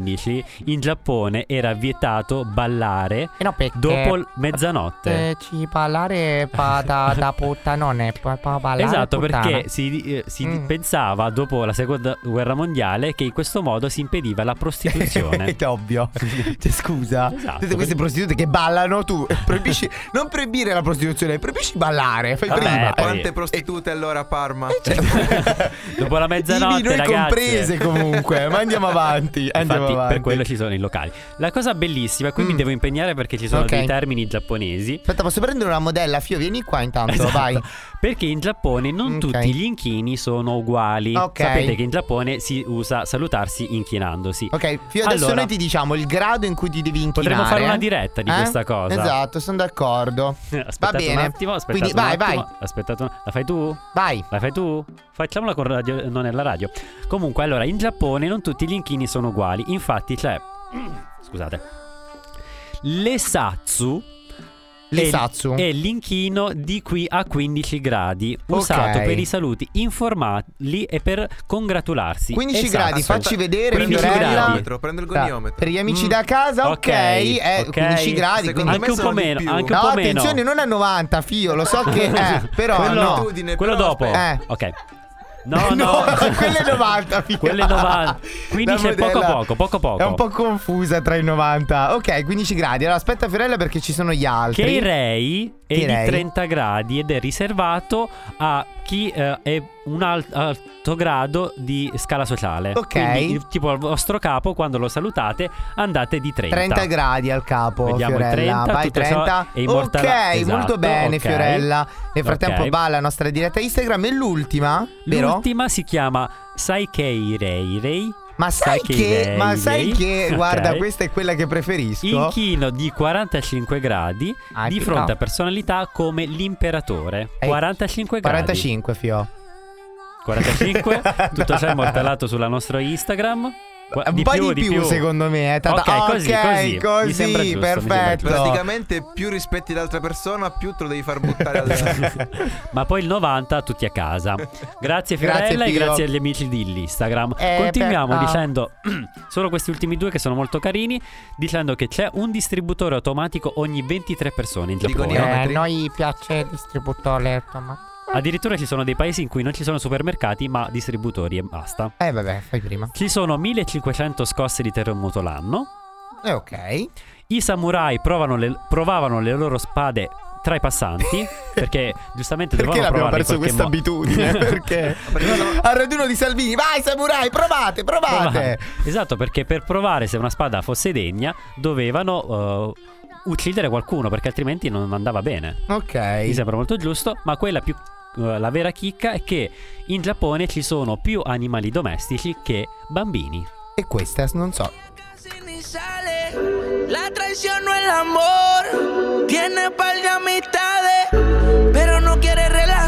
duemilaquindici in Giappone era vietato ballare Eh no, perché dopo l- mezzanotte? Eh, ci parlare pa, da, da puttanone, pa, pa ballare Esatto, puttana. perché si, eh, si Mm. pensava dopo la seconda guerra mondiale che in questo modo si impediva la prostituzione. È ovvio. Cioè, scusa, Esatto, tutte queste perché- prostitute che ballano, tu proibisci, non proibire la prostituzione, proibisci ballare. Fai Vabbè, prima. poi- Quante prostitute allora a Parma? Dopo la mezzanotte, Ivi noi ragazze. comprese comunque. Ma andiamo avanti. Andiamo Infatti, avanti. per quello ci sono i locali. La cosa bellissima, e qui mi Mm. devo impegnare perché ci sono Ok. dei termini giapponesi. Aspetta, posso prendere una modella? Fio, vieni qua intanto, Esatto. vai. Perché in Giappone non Ok. tutti gli inchini sono uguali. Ok. Sapete che in Giappone si usa salutarsi inchinandosi. Ok, Fio, adesso Allora, noi ti diciamo il grado in cui ti devi inchinare. potremmo fare una diretta di Eh? questa cosa. Esatto, sono d'accordo. Aspettate bene. un attimo, aspettate Quindi, un vai, attimo. vai. Aspettate un... La fai tu? Vai. La fai tu? Facciamola con radio, non nella radio. Comunque, allora, in Giappone non tutti gli inchini sono uguali. Infatti c'è... Scusate. L'esatsu L'esatsu. è l'inchino di qui a quindici gradi, usato Ok. per i saluti informali e per congratularsi. quindici Esatto. gradi, facci vedere, quindici Fiorella. gradi. Goniometro, prendo il goniometro. Per gli amici Mm. da casa, ok, Ok, eh, ok. quindici gradi. Secondo Quindi... me Anche un po' sono di meno, più. anche un No, po' meno. attenzione, non a novanta, Fio, lo so che eh, però quello, no. Abitudine, quello però dopo. aspetta. Eh. Ok. No, no. quelle novanta, Fio. Quelle novanta. quindici La è poco modella poco, poco poco. È un po' confusa tra i novanta. Ok, quindici gradi. Allora aspetta Fiorella perché ci sono gli altri. Kei-rei è Kei-rei. di trenta gradi ed è riservato a chi eh, è un al- alto grado di scala sociale. Ok. Quindi, il- tipo al vostro capo, quando lo salutate, andate di trenta. trenta gradi al capo, Vediamo il Fiorella. trenta, Vai tutto ciò trenta. è immortala- Ok, esatto, molto bene, ok. Fiorella. Nel frattempo Ok. va la nostra diretta Instagram e l'ultima, vero? L'ultima si chiama Saikei-rei. Ma sai Sai che che, lei- ma sai che, Ok. guarda, questa è quella che preferisco. Inchino di quarantacinque gradi Ah, di pi- fronte no. a personalità come l'imperatore. Eh, quarantacinque gradi. quarantacinque, Fio. quarantacinque. Tutto ciò è immortalato sulla nostra Instagram. Qua- Un po' di più, secondo me. È tanta... Ok, così, così. così, Mi sembra giusto, mi sembra perfetto. giusto. Praticamente più rispetti l'altra persona, più te lo devi far buttare al... Ma poi il novanta tutti a casa. Grazie Fiorella Grazie, e Pio. grazie agli amici dell'Instagram. Eh, Continuiamo per- ah. dicendo solo questi ultimi due che sono molto carini, dicendo che c'è un distributore automatico ogni ventitré persone in Dico Giappone. io. Eh, noi piace il distributore automatico. Addirittura ci sono dei paesi in cui non ci sono supermercati ma distributori e basta. Eh vabbè, fai prima. Ci sono millecinquecento scosse di terremoto l'anno. Eh ok. I samurai provano le- provavano le loro spade tra i passanti perché giustamente Perché dovevano l'abbiamo provare in perso qualche questa mo- abitudine? Perché? Al raduno di Salvini, vai samurai, provate, provate. Provare. Esatto, perché per provare se una spada fosse degna dovevano eh, uccidere qualcuno perché altrimenti non andava bene. Mi Ok. sembra molto giusto, ma quella più eh, la vera chicca è che in Giappone ci sono più animali domestici che bambini. E questa non so. Ni sale. La traición no es el amor. Tiene par de amistades, pero no quiere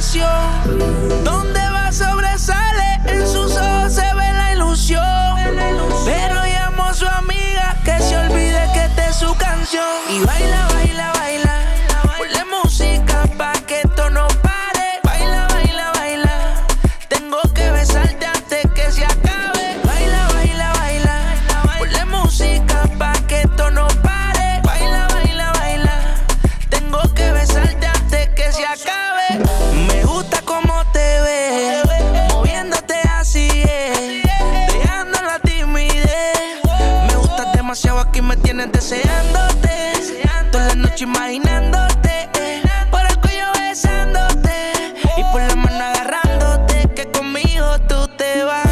relación. Donde va sobresale, en sus ojos se ve la ilusión. Pero llamo a su amiga que se olvide que esta es su canción. Y baila, baila, baila. Ponle música pa' que esto no pare. Baila, baila, baila. Tengo que besarte antes que se acabe. Baila, baila, baila. Ponle música pa' que esto no pare. Baila, baila, baila. Tengo que besarte antes que se acabe. Me gusta cómo te ves, moviéndote así es, dejando la timidez. Me gustas demasiado, aquí me tienes deseándote, toda la noche imaginándote, por el cuello besándote y por la mano agarrándote, que conmigo tú te vas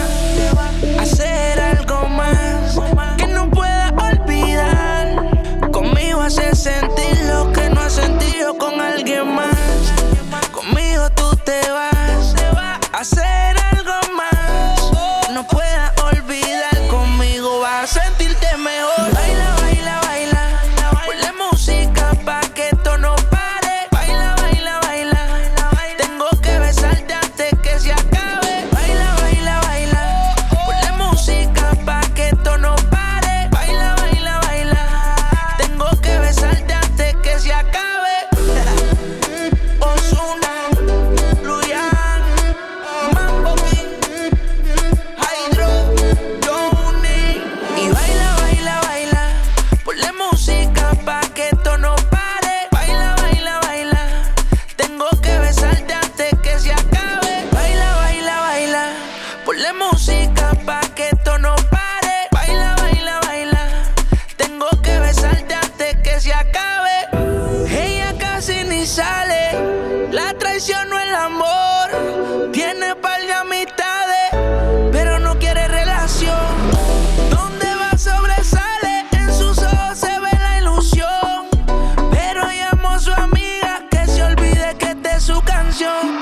a hacer algo más que no pueda olvidar. Conmigo haces sentir lo que no has sentido con alguien más. Conmigo tú te vas a hacer algo más. No puedas olvidar, conmigo vas a sentirte mejor. Baila, baila, baila. Ponle música pa' que esto no pare. Baila, baila, baila. Tengo que besarte antes que se acabe. Ella casi ni sale. La traición no es el amor. Tiene par de amistades, pero no quiere relación. Donde va sobresale, en sus ojos se ve la ilusión. Pero llamó a su amiga que se olvide que esta es su canción.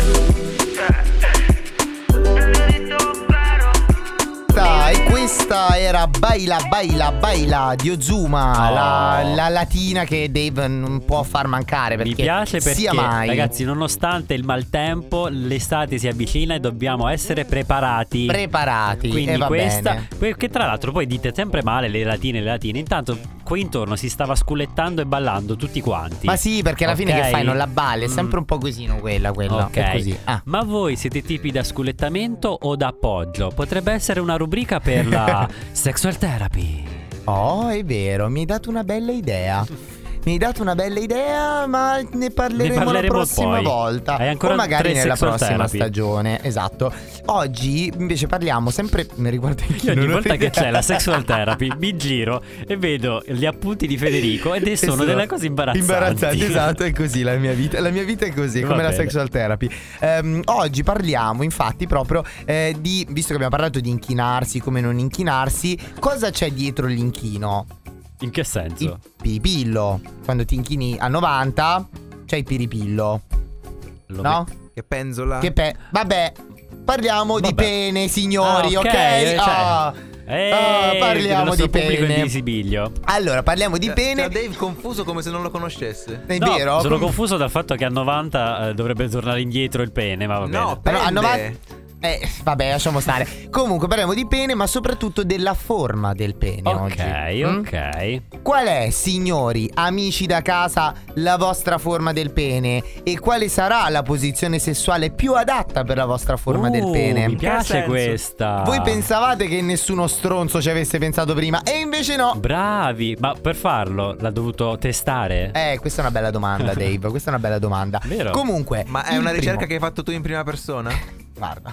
E questa era Baila Baila Baila di Ozuma, Oh. la, la latina che Dave non può far mancare perché Mi piace perché, sia mai. ragazzi, nonostante il maltempo, l'estate si avvicina e dobbiamo essere preparati. Preparati. Quindi e va questa, bene. perché tra l'altro poi dite sempre male le latine, le latine. Intanto qui intorno si stava sculettando e ballando tutti quanti. Ma sì, perché alla fine Ok? che fai? Non la balli, è sempre Mm. un po' così, no, quella, quella. Ok. È così. Ah. Ma voi siete tipi da sculettamento o da appoggio? Potrebbe essere una rubrica per la sexual therapy. Oh, è vero, mi hai dato una bella idea. Mi hai dato una bella idea, ma ne parleremo, Ne parleremo la prossima poi. volta. Hai ancora o magari tre nella sexual prossima therapy. stagione. Esatto. Oggi invece parliamo sempre. Mi riguardo Io ogni volta che c'è la sexual therapy mi giro e vedo gli appunti di Federico ed sono delle cose imbarazzanti. Imbarazzanti, esatto, è così la mia vita. La mia vita è così, Va come la bene. sexual therapy. Ehm, oggi parliamo infatti proprio eh, di, visto che abbiamo parlato di inchinarsi, come non inchinarsi, cosa c'è dietro l'inchino? In che senso? Il piripillo. Quando ti inchini a novanta c'è il piripillo. Lo No? Che penzola. Che pe... Vabbè, parliamo di Vabbè. pene, signori, Ah, ok? ok, eh, cioè- Ah. Ehi, Ah, parliamo il nostro di pubblico pene. in visibilio. Allora, parliamo di Cioè, pene. cioè, Dave confuso come se non lo conoscesse. È No, vero? sono Com- confuso dal fatto che a novanta eh, dovrebbe tornare indietro il pene, ma va bene. No, Però a pende. novanta Eh, vabbè, lasciamo stare. Comunque parliamo di pene, ma soprattutto della forma del pene Ok, oggi. Mm? ok. Qual è, signori, amici da casa, la vostra forma del pene? E quale sarà la posizione sessuale più adatta per la vostra forma del Uh, pene? Mi piace senso? questa. Voi pensavate che nessuno stronzo ci avesse pensato prima, e invece no. Bravi, ma per farlo l'ha dovuto testare? Eh, questa è una bella domanda, Dave. Questa è una bella domanda. Vero? Comunque, Ma è il una ricerca primo- che hai fatto tu in prima persona? Guarda.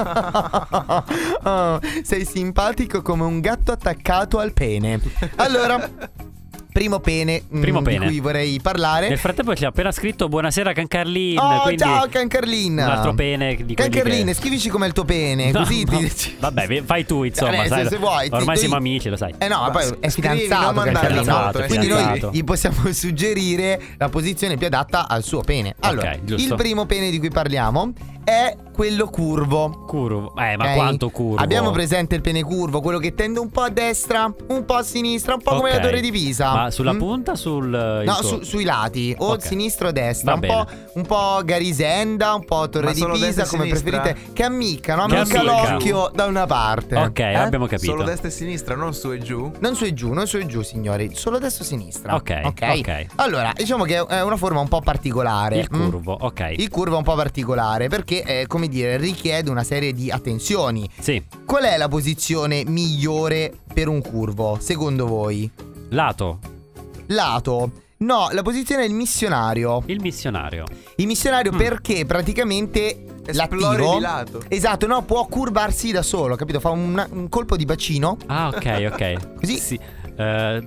Oh, sei simpatico come un gatto attaccato al pene. Allora, primo pene, mm, Primo di pene. cui vorrei parlare. Nel frattempo ci ha appena scritto buonasera Cancarlin. Oh, quindi ciao Cancarlin. un altro pene di quelli Cancarlin, che... scrivici com'è il tuo pene, No, così no. ti- Vabbè, ve- fai tu insomma, Vabbè, sai, se- se vuoi, ti- ormai tu- siamo amici, lo sai. Eh no, ma poi è Scrivi, fidanzato non mandare Cancarlin, la no? foto, è Quindi fidanzato. noi gli possiamo suggerire la posizione più adatta al suo pene. Allora, giusto. il primo pene di cui parliamo è quello curvo. Curvo. Eh, ma Ok? quanto curvo? Abbiamo presente il pene curvo, quello che tende un po' a destra, un po' a sinistra, un po' come Ok. la torre di Pisa. Ma sulla Mm? punta o sul il No, tuo- su- sui lati, o Ok. sinistro o destra, Va un po', bene. un po' Garisenda, un po' Torre Ma di solo Pisa, destra e come sinistra? preferite, che ammiccano, Che ammicca ammicca. l'occhio da una parte. Ok, Eh? abbiamo capito. Solo destra e sinistra, non su e giù. Non su e giù, non su e giù, signori, solo destra e sinistra. Ok, ok. Allora, diciamo che è una forma un po' particolare. Il Mm? curvo, ok. Il curvo è un po' particolare perché, eh, come dire, richiede una serie di attenzioni. Sì, Qual è la posizione migliore per un curvo, secondo voi? lato, Lato. No, la posizione è il missionario. il missionario. Il missionario Mm. perché praticamente Esplori l'attivo di lato. Esatto, no, può curvarsi da solo, capito? Fa un, un colpo di bacino. Ah, ok, ok. Così. Sì. Eh,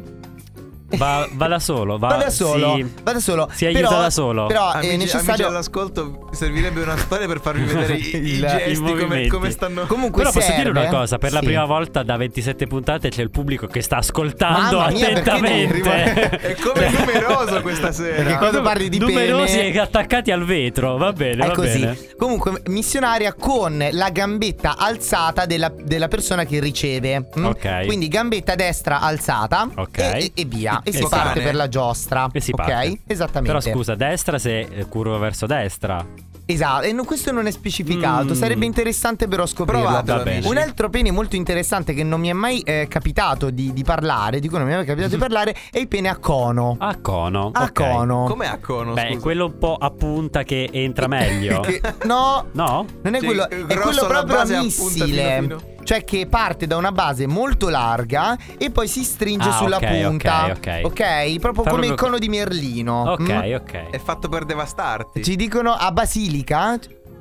va, va da solo, va, Va da solo, si- va da solo. si aiuta Però- da solo. Però Amici, è amici necessario. all'ascolto, servirebbe una storia per farvi vedere i, i Il- gesti, i come, movimenti. come stanno. Comunque Però posso dire serve, una cosa, per la sì. prima volta da ventisette puntate c'è il pubblico che sta ascoltando Mamma mia, perché attentamente. devi È come numeroso questa sera. Perché quando parli di Numerosi pene e attaccati al vetro, va bene, è va così. bene. Comunque, missionaria con la gambetta alzata della, della persona che riceve. mm? Ok. Quindi gambetta destra alzata Ok. e, e- e via. E, E si si parte parte. per la giostra. E si ok? parte. Esattamente. Però scusa, destra se eh, curvo verso destra. Esatto, e no- questo non è specificato. Mm. Sarebbe interessante però scoprirlo. Provatelo, Va bene. amici. Un altro pene molto interessante che non mi è mai eh, capitato di, di parlare, di cui non mi è mai capitato di parlare, è il pene a cono. A cono. A ok. cono. Come a cono, Beh, scusa? quello un po' a punta che entra meglio. Che- no, No? non è Cioè, quello, eh, è grosso quello alla proprio base a e appunta missile. fino fino. Cioè che parte da una base molto larga e poi si stringe Ah, sulla ok, punta. ok, ok. Ok? Proprio Fa come il proprio- cono di Merlino. Ok, Mm? ok. È fatto per devastarti. Ci dicono a Basilica.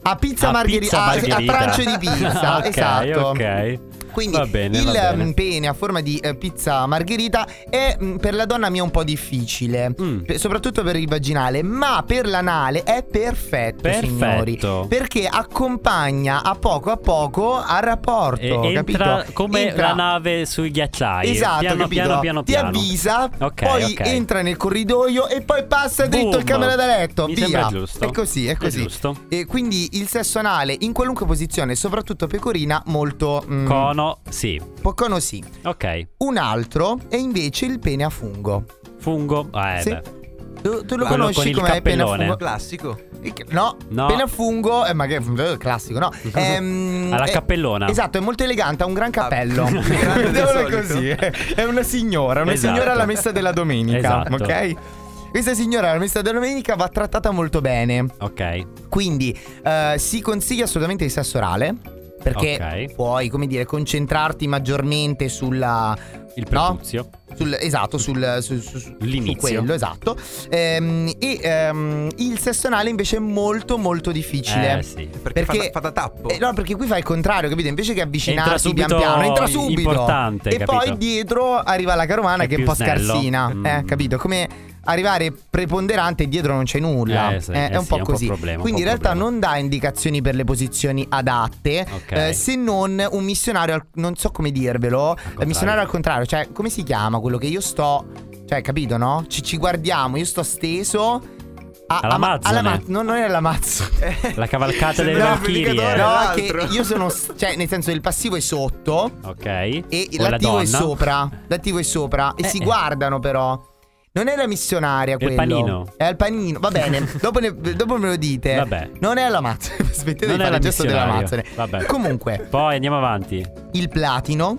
A pizza A margherita, pizza a- margherita. a prancio di pizza, Ok, esatto. ok. Quindi Va bene, il va bene. mm, pene a forma di eh, pizza margherita è mm, per la donna mia un po' difficile, Mm. pe- soprattutto per il vaginale, ma per l'anale è perfetto, Perfetto. signori, perché accompagna a poco a poco al rapporto, E entra capito? come Entra- la nave sui ghiacciai. Esatto, piano, capito? piano piano Ti piano. avvisa, Ok, poi ok. entra nel corridoio e poi passa dritto Boom. in camera da letto. Mi via. sembra giusto. È così, è È così. giusto. E quindi il sesso anale in qualunque posizione, soprattutto pecorina, molto mm, Cono, sì. pocono sì. Ok. Un altro è invece il pene a fungo. Fungo. Ah, eh, Sì. beh. Tu, tu lo Quello conosci con il com'è pene a cappellone? fungo? Classico. No, No. pene a fungo, eh, ma che eh, classico, no? Ehm, Alla è- cappellona. Esatto, è molto elegante, ha un gran cappello. più grande del Mettiamola solito. così, eh. È una signora, una Esatto. signora alla messa della domenica, Esatto. ok? Questa signora alla messa della domenica va trattata molto bene. Ok. Quindi eh, si consiglia assolutamente il sesso orale, perché Ok. puoi, come dire, concentrarti maggiormente sulla Il no? prepuzio. Sul, esatto, sul, su, su- su- L'inizio. su quello, esatto. Ehm, e ehm, il sesso anale invece è molto molto difficile. Eh sì. Perché, Perché- fa, fa da tappo. Eh, no, perché qui fai il contrario, capito? Invece che Entra avvicinarsi pian subito piano, entra subito. importante, e capito? poi dietro arriva la carovana È che è un più po' snello. scarsina. Mm. Eh, capito? Come arrivare preponderante e dietro non c'è nulla. Eh sì, Eh, eh è un sì, po' è un po' così. problema, un Quindi in po' realtà problema. non dà indicazioni per le posizioni adatte. Ok. eh, se non un missionario, al- non so come dirvelo. eh, missionario al contrario, cioè, come si chiama quello che io sto. Cioè, capito, no? Ci, ci guardiamo, io sto steso. a- a- All'Amazzone. alla ma- no, non è l'Amazzone. La cavalcata delle Sembra un Valchirie. predicatore. No, che l'altro. io sono. Cioè, nel senso, il passivo è sotto Ok. e O la l'attivo è donna. sopra. L'attivo è sopra. E Eh, si eh. guardano, però. Non è la missionaria È il quello. panino. È al panino. Va bene. dopo, ne- dopo me lo dite. Vabbè. Non è all'Amazzone. Smettete Non di è fare la il gesto missionario. dell'Amazzone. Vabbè. Comunque, Poi andiamo avanti. il platino.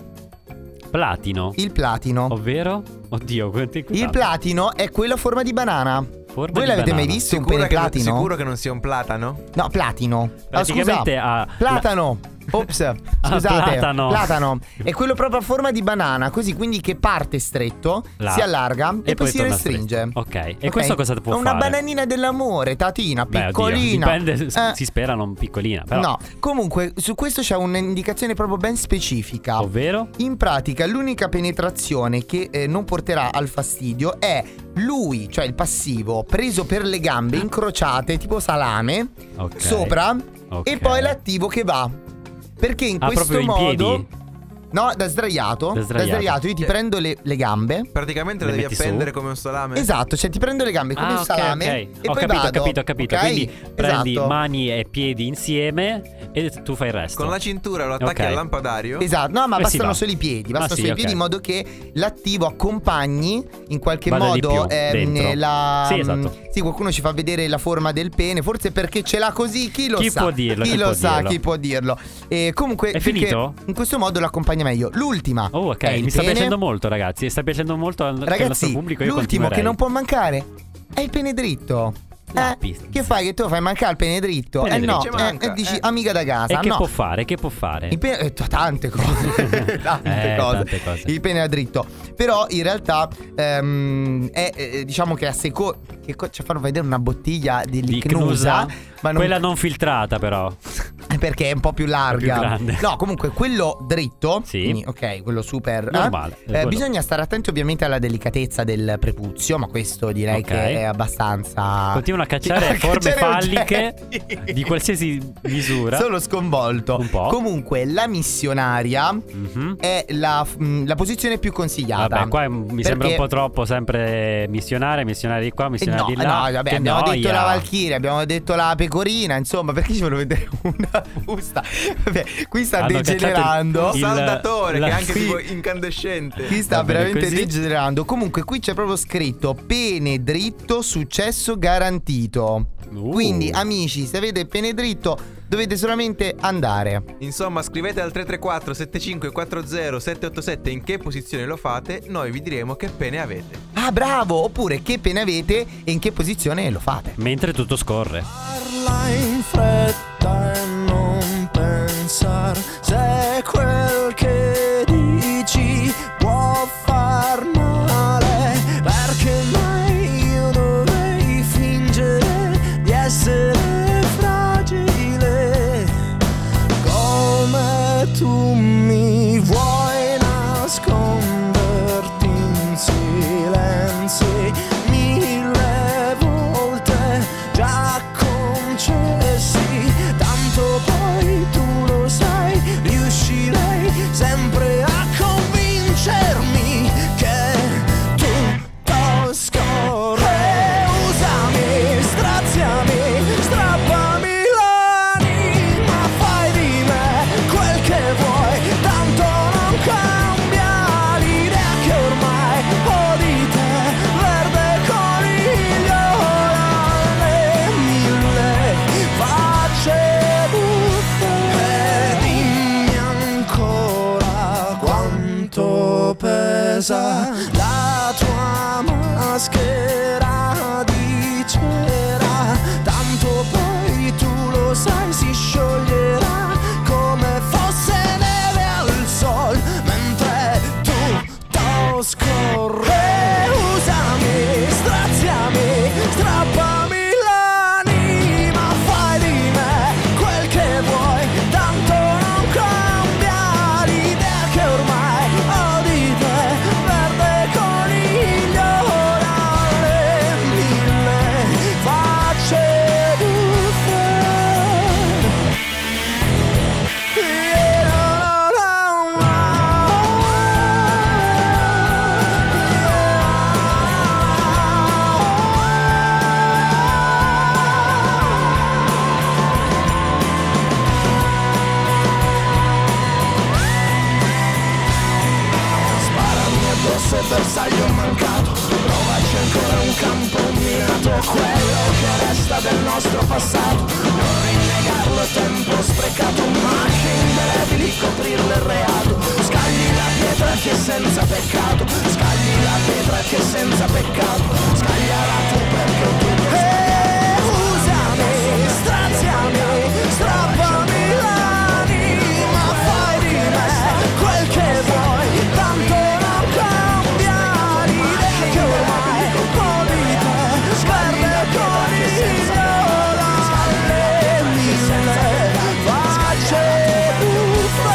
Platino. Il platino. Ovvero? Oddio, quanti Il platino è quello a forma di banana. Forma Voi di l'avete mai banana. visto un Sicuro pene che, non- platino? sicuro che non sia un platano? No, platino. Ah, scusa. Praticamente ha Platano. Ops. Scusate. platano. Platano. È quello proprio a forma di banana, così quindi che parte stretto, Là. si allarga e, poi, si torna restringe. stretto. Ok. E Ok? questo cosa può È una fare? bananina dell'amore, tatina, Beh, oddio, piccolina. dipende, s- Eh, si spera non piccolina, però. No, comunque su questo c'è un'indicazione proprio ben specifica. Ovvero? In pratica l'unica penetrazione che eh, non porterà al fastidio è lui, cioè il passivo, preso per le gambe incrociate tipo salame Ok. sopra Ok. e poi l'attivo che va. Perché in Ah, questo proprio in modo piedi? No, da sdraiato. Da sdraiato. io ti Eh. prendo le, le gambe. Praticamente Le lo devi metti su? appendere come un salame? Esatto, cioè ti prendo le gambe come Ah, un ok, salame ok. e Ho poi capito, ho vado. capito, ho capito. ok? Quindi prendi Esatto. mani e piedi insieme e tu fai il resto. Con la cintura lo attacchi Ok. al lampadario. Esatto, no, ma E si bastano va. solo i piedi. Bastano Ah, sì, solo i ok. piedi in modo che l'attivo accompagni in qualche Vada di modo più ehm, dentro. la. Sì, esatto. Sì, qualcuno ci fa vedere la forma del pene. Forse perché ce l'ha così. Chi lo Chi sa? può dirlo, Chi, chi lo può sa? dirlo. Chi può dirlo? E comunque. È finché- finito? In questo modo l'accompagna meglio. L'ultima. Oh, ok. è il Mi sta pene. piacendo molto, ragazzi. Sta piacendo molto al, al nostro Ragazzi, pubblico. Io l'ultimo che continuerei. non può mancare è il pene dritto. La Eh, pizza. che fai? Che tu fai mancare il pene dritto? Pene eh no, dritto. eh, Manca, eh, dici eh. amica da casa. E che no. può fare? Che può fare? Il pene, eh, t- tante cose, tante, Eh, cose. tante cose. Il pene a dritto. Però in realtà ehm, è eh, diciamo che a secondo che co- ci fanno vedere una bottiglia di Di Licnusa, Cnusa? ma non Quella non filtrata, però. perché è un po' più larga. più grande. No, comunque quello dritto, Sì. quindi, ok, quello super eh, Normale, è eh, quello. bisogna stare attenti ovviamente alla delicatezza del prepuzio, ma questo direi Ok. che è abbastanza Continuano a cacciare A forme cacciare falliche oggetti. di qualsiasi misura. Sono sconvolto. Un po'. Comunque la missionaria Mhm. è la, mh, la posizione più consigliata. Vabbè, qua mi sembra un Perché- po' troppo sempre missionarie, missionarie di qua, Eh, missionarie no, di là. no, vabbè, Che abbiamo noia. detto la Valchiria, abbiamo detto la pecorina, insomma, perché ci vogliono vedere una busta? Vabbè, qui sta Hanno degenerando. cacciato Un il- saldatore la- che è anche Sì. tipo incandescente. Qui sta Va bene veramente così. degenerando. Comunque qui c'è proprio scritto pene dritto, successo garantito. Uh. Quindi amici, se avete pene dritto dovete solamente andare. Insomma, scrivete al tre tre quattro sette cinque quattro zero sette otto sette in che posizione lo fate, noi vi diremo che pene avete. Ah, bravo! Oppure che pene avete e in che posizione lo fate. Mentre tutto scorre. Parla in fretta e non pensar se quel che dici può far male, perché mai io dovrei fingere di essere fragile tu mi vuoi nasconderti in silenzi mille volte già concessi, tanto poi tu lo sai, riuscirei sempre a convincermi che tutto scorre. Usami, straziami, strappami l'anima, fai di me quel che vuoi, tanto non cambia l'idea che ormai ho di te, verde coniglio dalle mille facce buffe. E dimmi ancora quanto pesa la tua maschera di cera, tanto poi tu lo sai si scioglierà come fosse neve al sol, mentre tutto scorre. Usami, straziami, strappami l'anima, fai di me quel che vuoi, tanto non cambia l'idea che ormai ho di te, verde coniglio dalle mille facce buffe. Yeah, no, no, no, sparami addosso e bersaglio mancato, provaci ancora un campo minato, quello che resta del nostro passato, non rinnegarlo è tempo sprecato, macchie indelebili coprirlo è reato, scagli la pietra che senza peccato, scagli la pietra che senza peccato, scagliala tu perché tu usami, straziami, strappami l'anima, fai di me quel che vuoi, tanto non cambia l'idea che ormai ho di te, verde coniglio dalle mille facce buffe.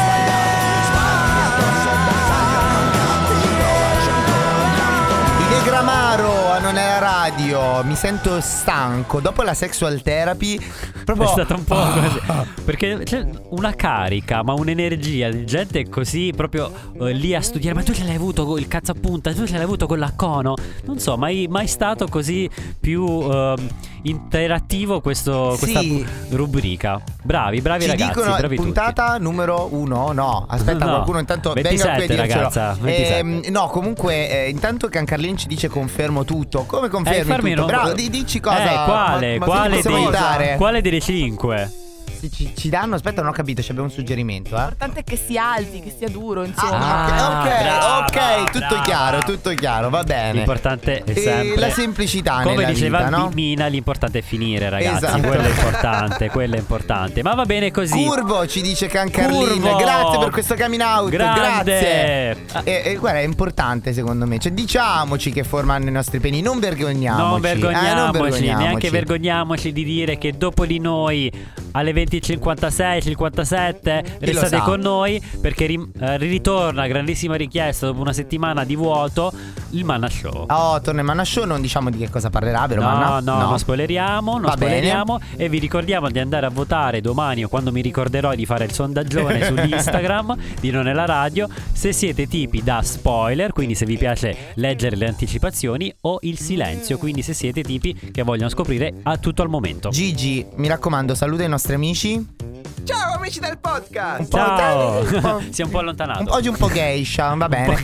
Il Gramaro a Non è la radio. Mi sento stanco. Dopo la sexual therapy proprio È stata un po' così. Perché c'è una carica, ma un'energia di gente così proprio eh, lì a studiare. Ma tu ce l'hai avuto con il cazzo a punta? Tu ce l'hai avuto con l'accono? Non so, mai, mai stato così più eh, interattivo questo, questa Sì. rubrica. Bravi, bravi Ci ragazzi, dicono bravi puntata numero uno. No, aspetta, No. qualcuno intanto venga qui a ventisette, dircelo. ragazza, ventisette. Ehm, no, comunque eh, intanto Cancarlin ci dice confermo tutto. Come Eh, confermi fermi, tutto? no. Bravo, di- dici cosa. Eh, quale? Ma- ma quale, possiamo dei, aiutare? quale delle cinque? Se ci, ci danno, aspetta, non ho capito, ci abbiamo un suggerimento, eh. L'importante è che sia alti, che sia duro, insomma. Ah, ok, brava, ok, tutto brava. chiaro, tutto chiaro, va bene. L'importante è E sempre la semplicità come nella diceva vita, no? Mina, l'importante è finire, ragazzi. Esatto. Quello è importante, quello è importante. Ma va bene così. Curvo ci dice Cancarlin. Curvo. Grazie per questo coming out. Grande. Grazie. E, e guarda, è importante secondo me. Cioè, diciamoci che formano i nostri peni. Non vergogniamoci. Non vergogniamoci, Eh, non vergogniamoci. neanche vergogniamoci di dire che dopo di noi alle venti e cinquantasei cinquantasette Chi lo restate sa? con noi perché rim- eh, ritorna, grandissima richiesta dopo una settimana di vuoto, il Manna Show. Oh, torna il Manna Show. Non diciamo di che cosa parlerà, vero No, Manna? no, non spoileriamo, non Va spoileriamo e vi ricordiamo di andare a votare domani o quando mi ricorderò di fare il sondaggione sull'Instagram di Non è la radio, se siete tipi da spoiler, quindi se vi piace leggere le anticipazioni, o il silenzio, quindi se siete tipi che vogliono scoprire a tutto al momento. Gigi, mi raccomando, saluta i nostri amici. Ciao amici del podcast. Un po' Ciao, un po'- si è un po' allontanato. un- oggi un po' geisha, va bene.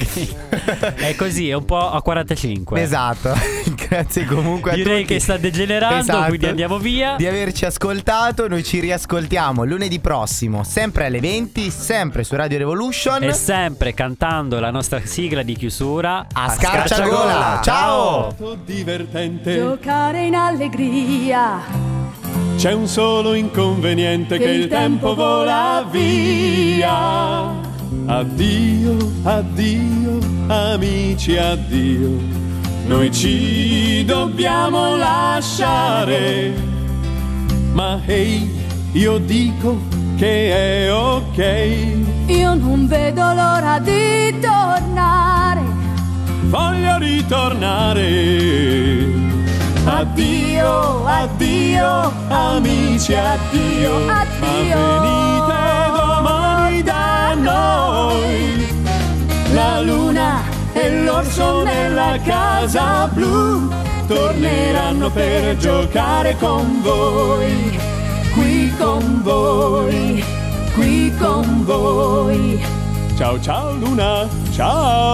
È così, è un po' a quarantacinque. Esatto. Grazie comunque a Direi tutti. che sta degenerando, Esatto. quindi andiamo via. Di averci ascoltato. Noi ci riascoltiamo lunedì prossimo, sempre alle venti, sempre su Radio Revolution. E sempre cantando la nostra sigla di chiusura A scarciagola. Ciao. divertente. Giocare in allegria, C'è un solo inconveniente che il tempo vola via. Addio, addio, amici, addio. Noi ci dobbiamo lasciare. Ma hey, io dico che è ok. io non vedo l'ora di tornare. Voglio ritornare. Addio, addio, amici, addio. Addio. Ma venite domani da noi. La luna e l'orso nella casa blu torneranno per giocare con voi. Qui con voi, qui con voi. Ciao ciao luna, ciao.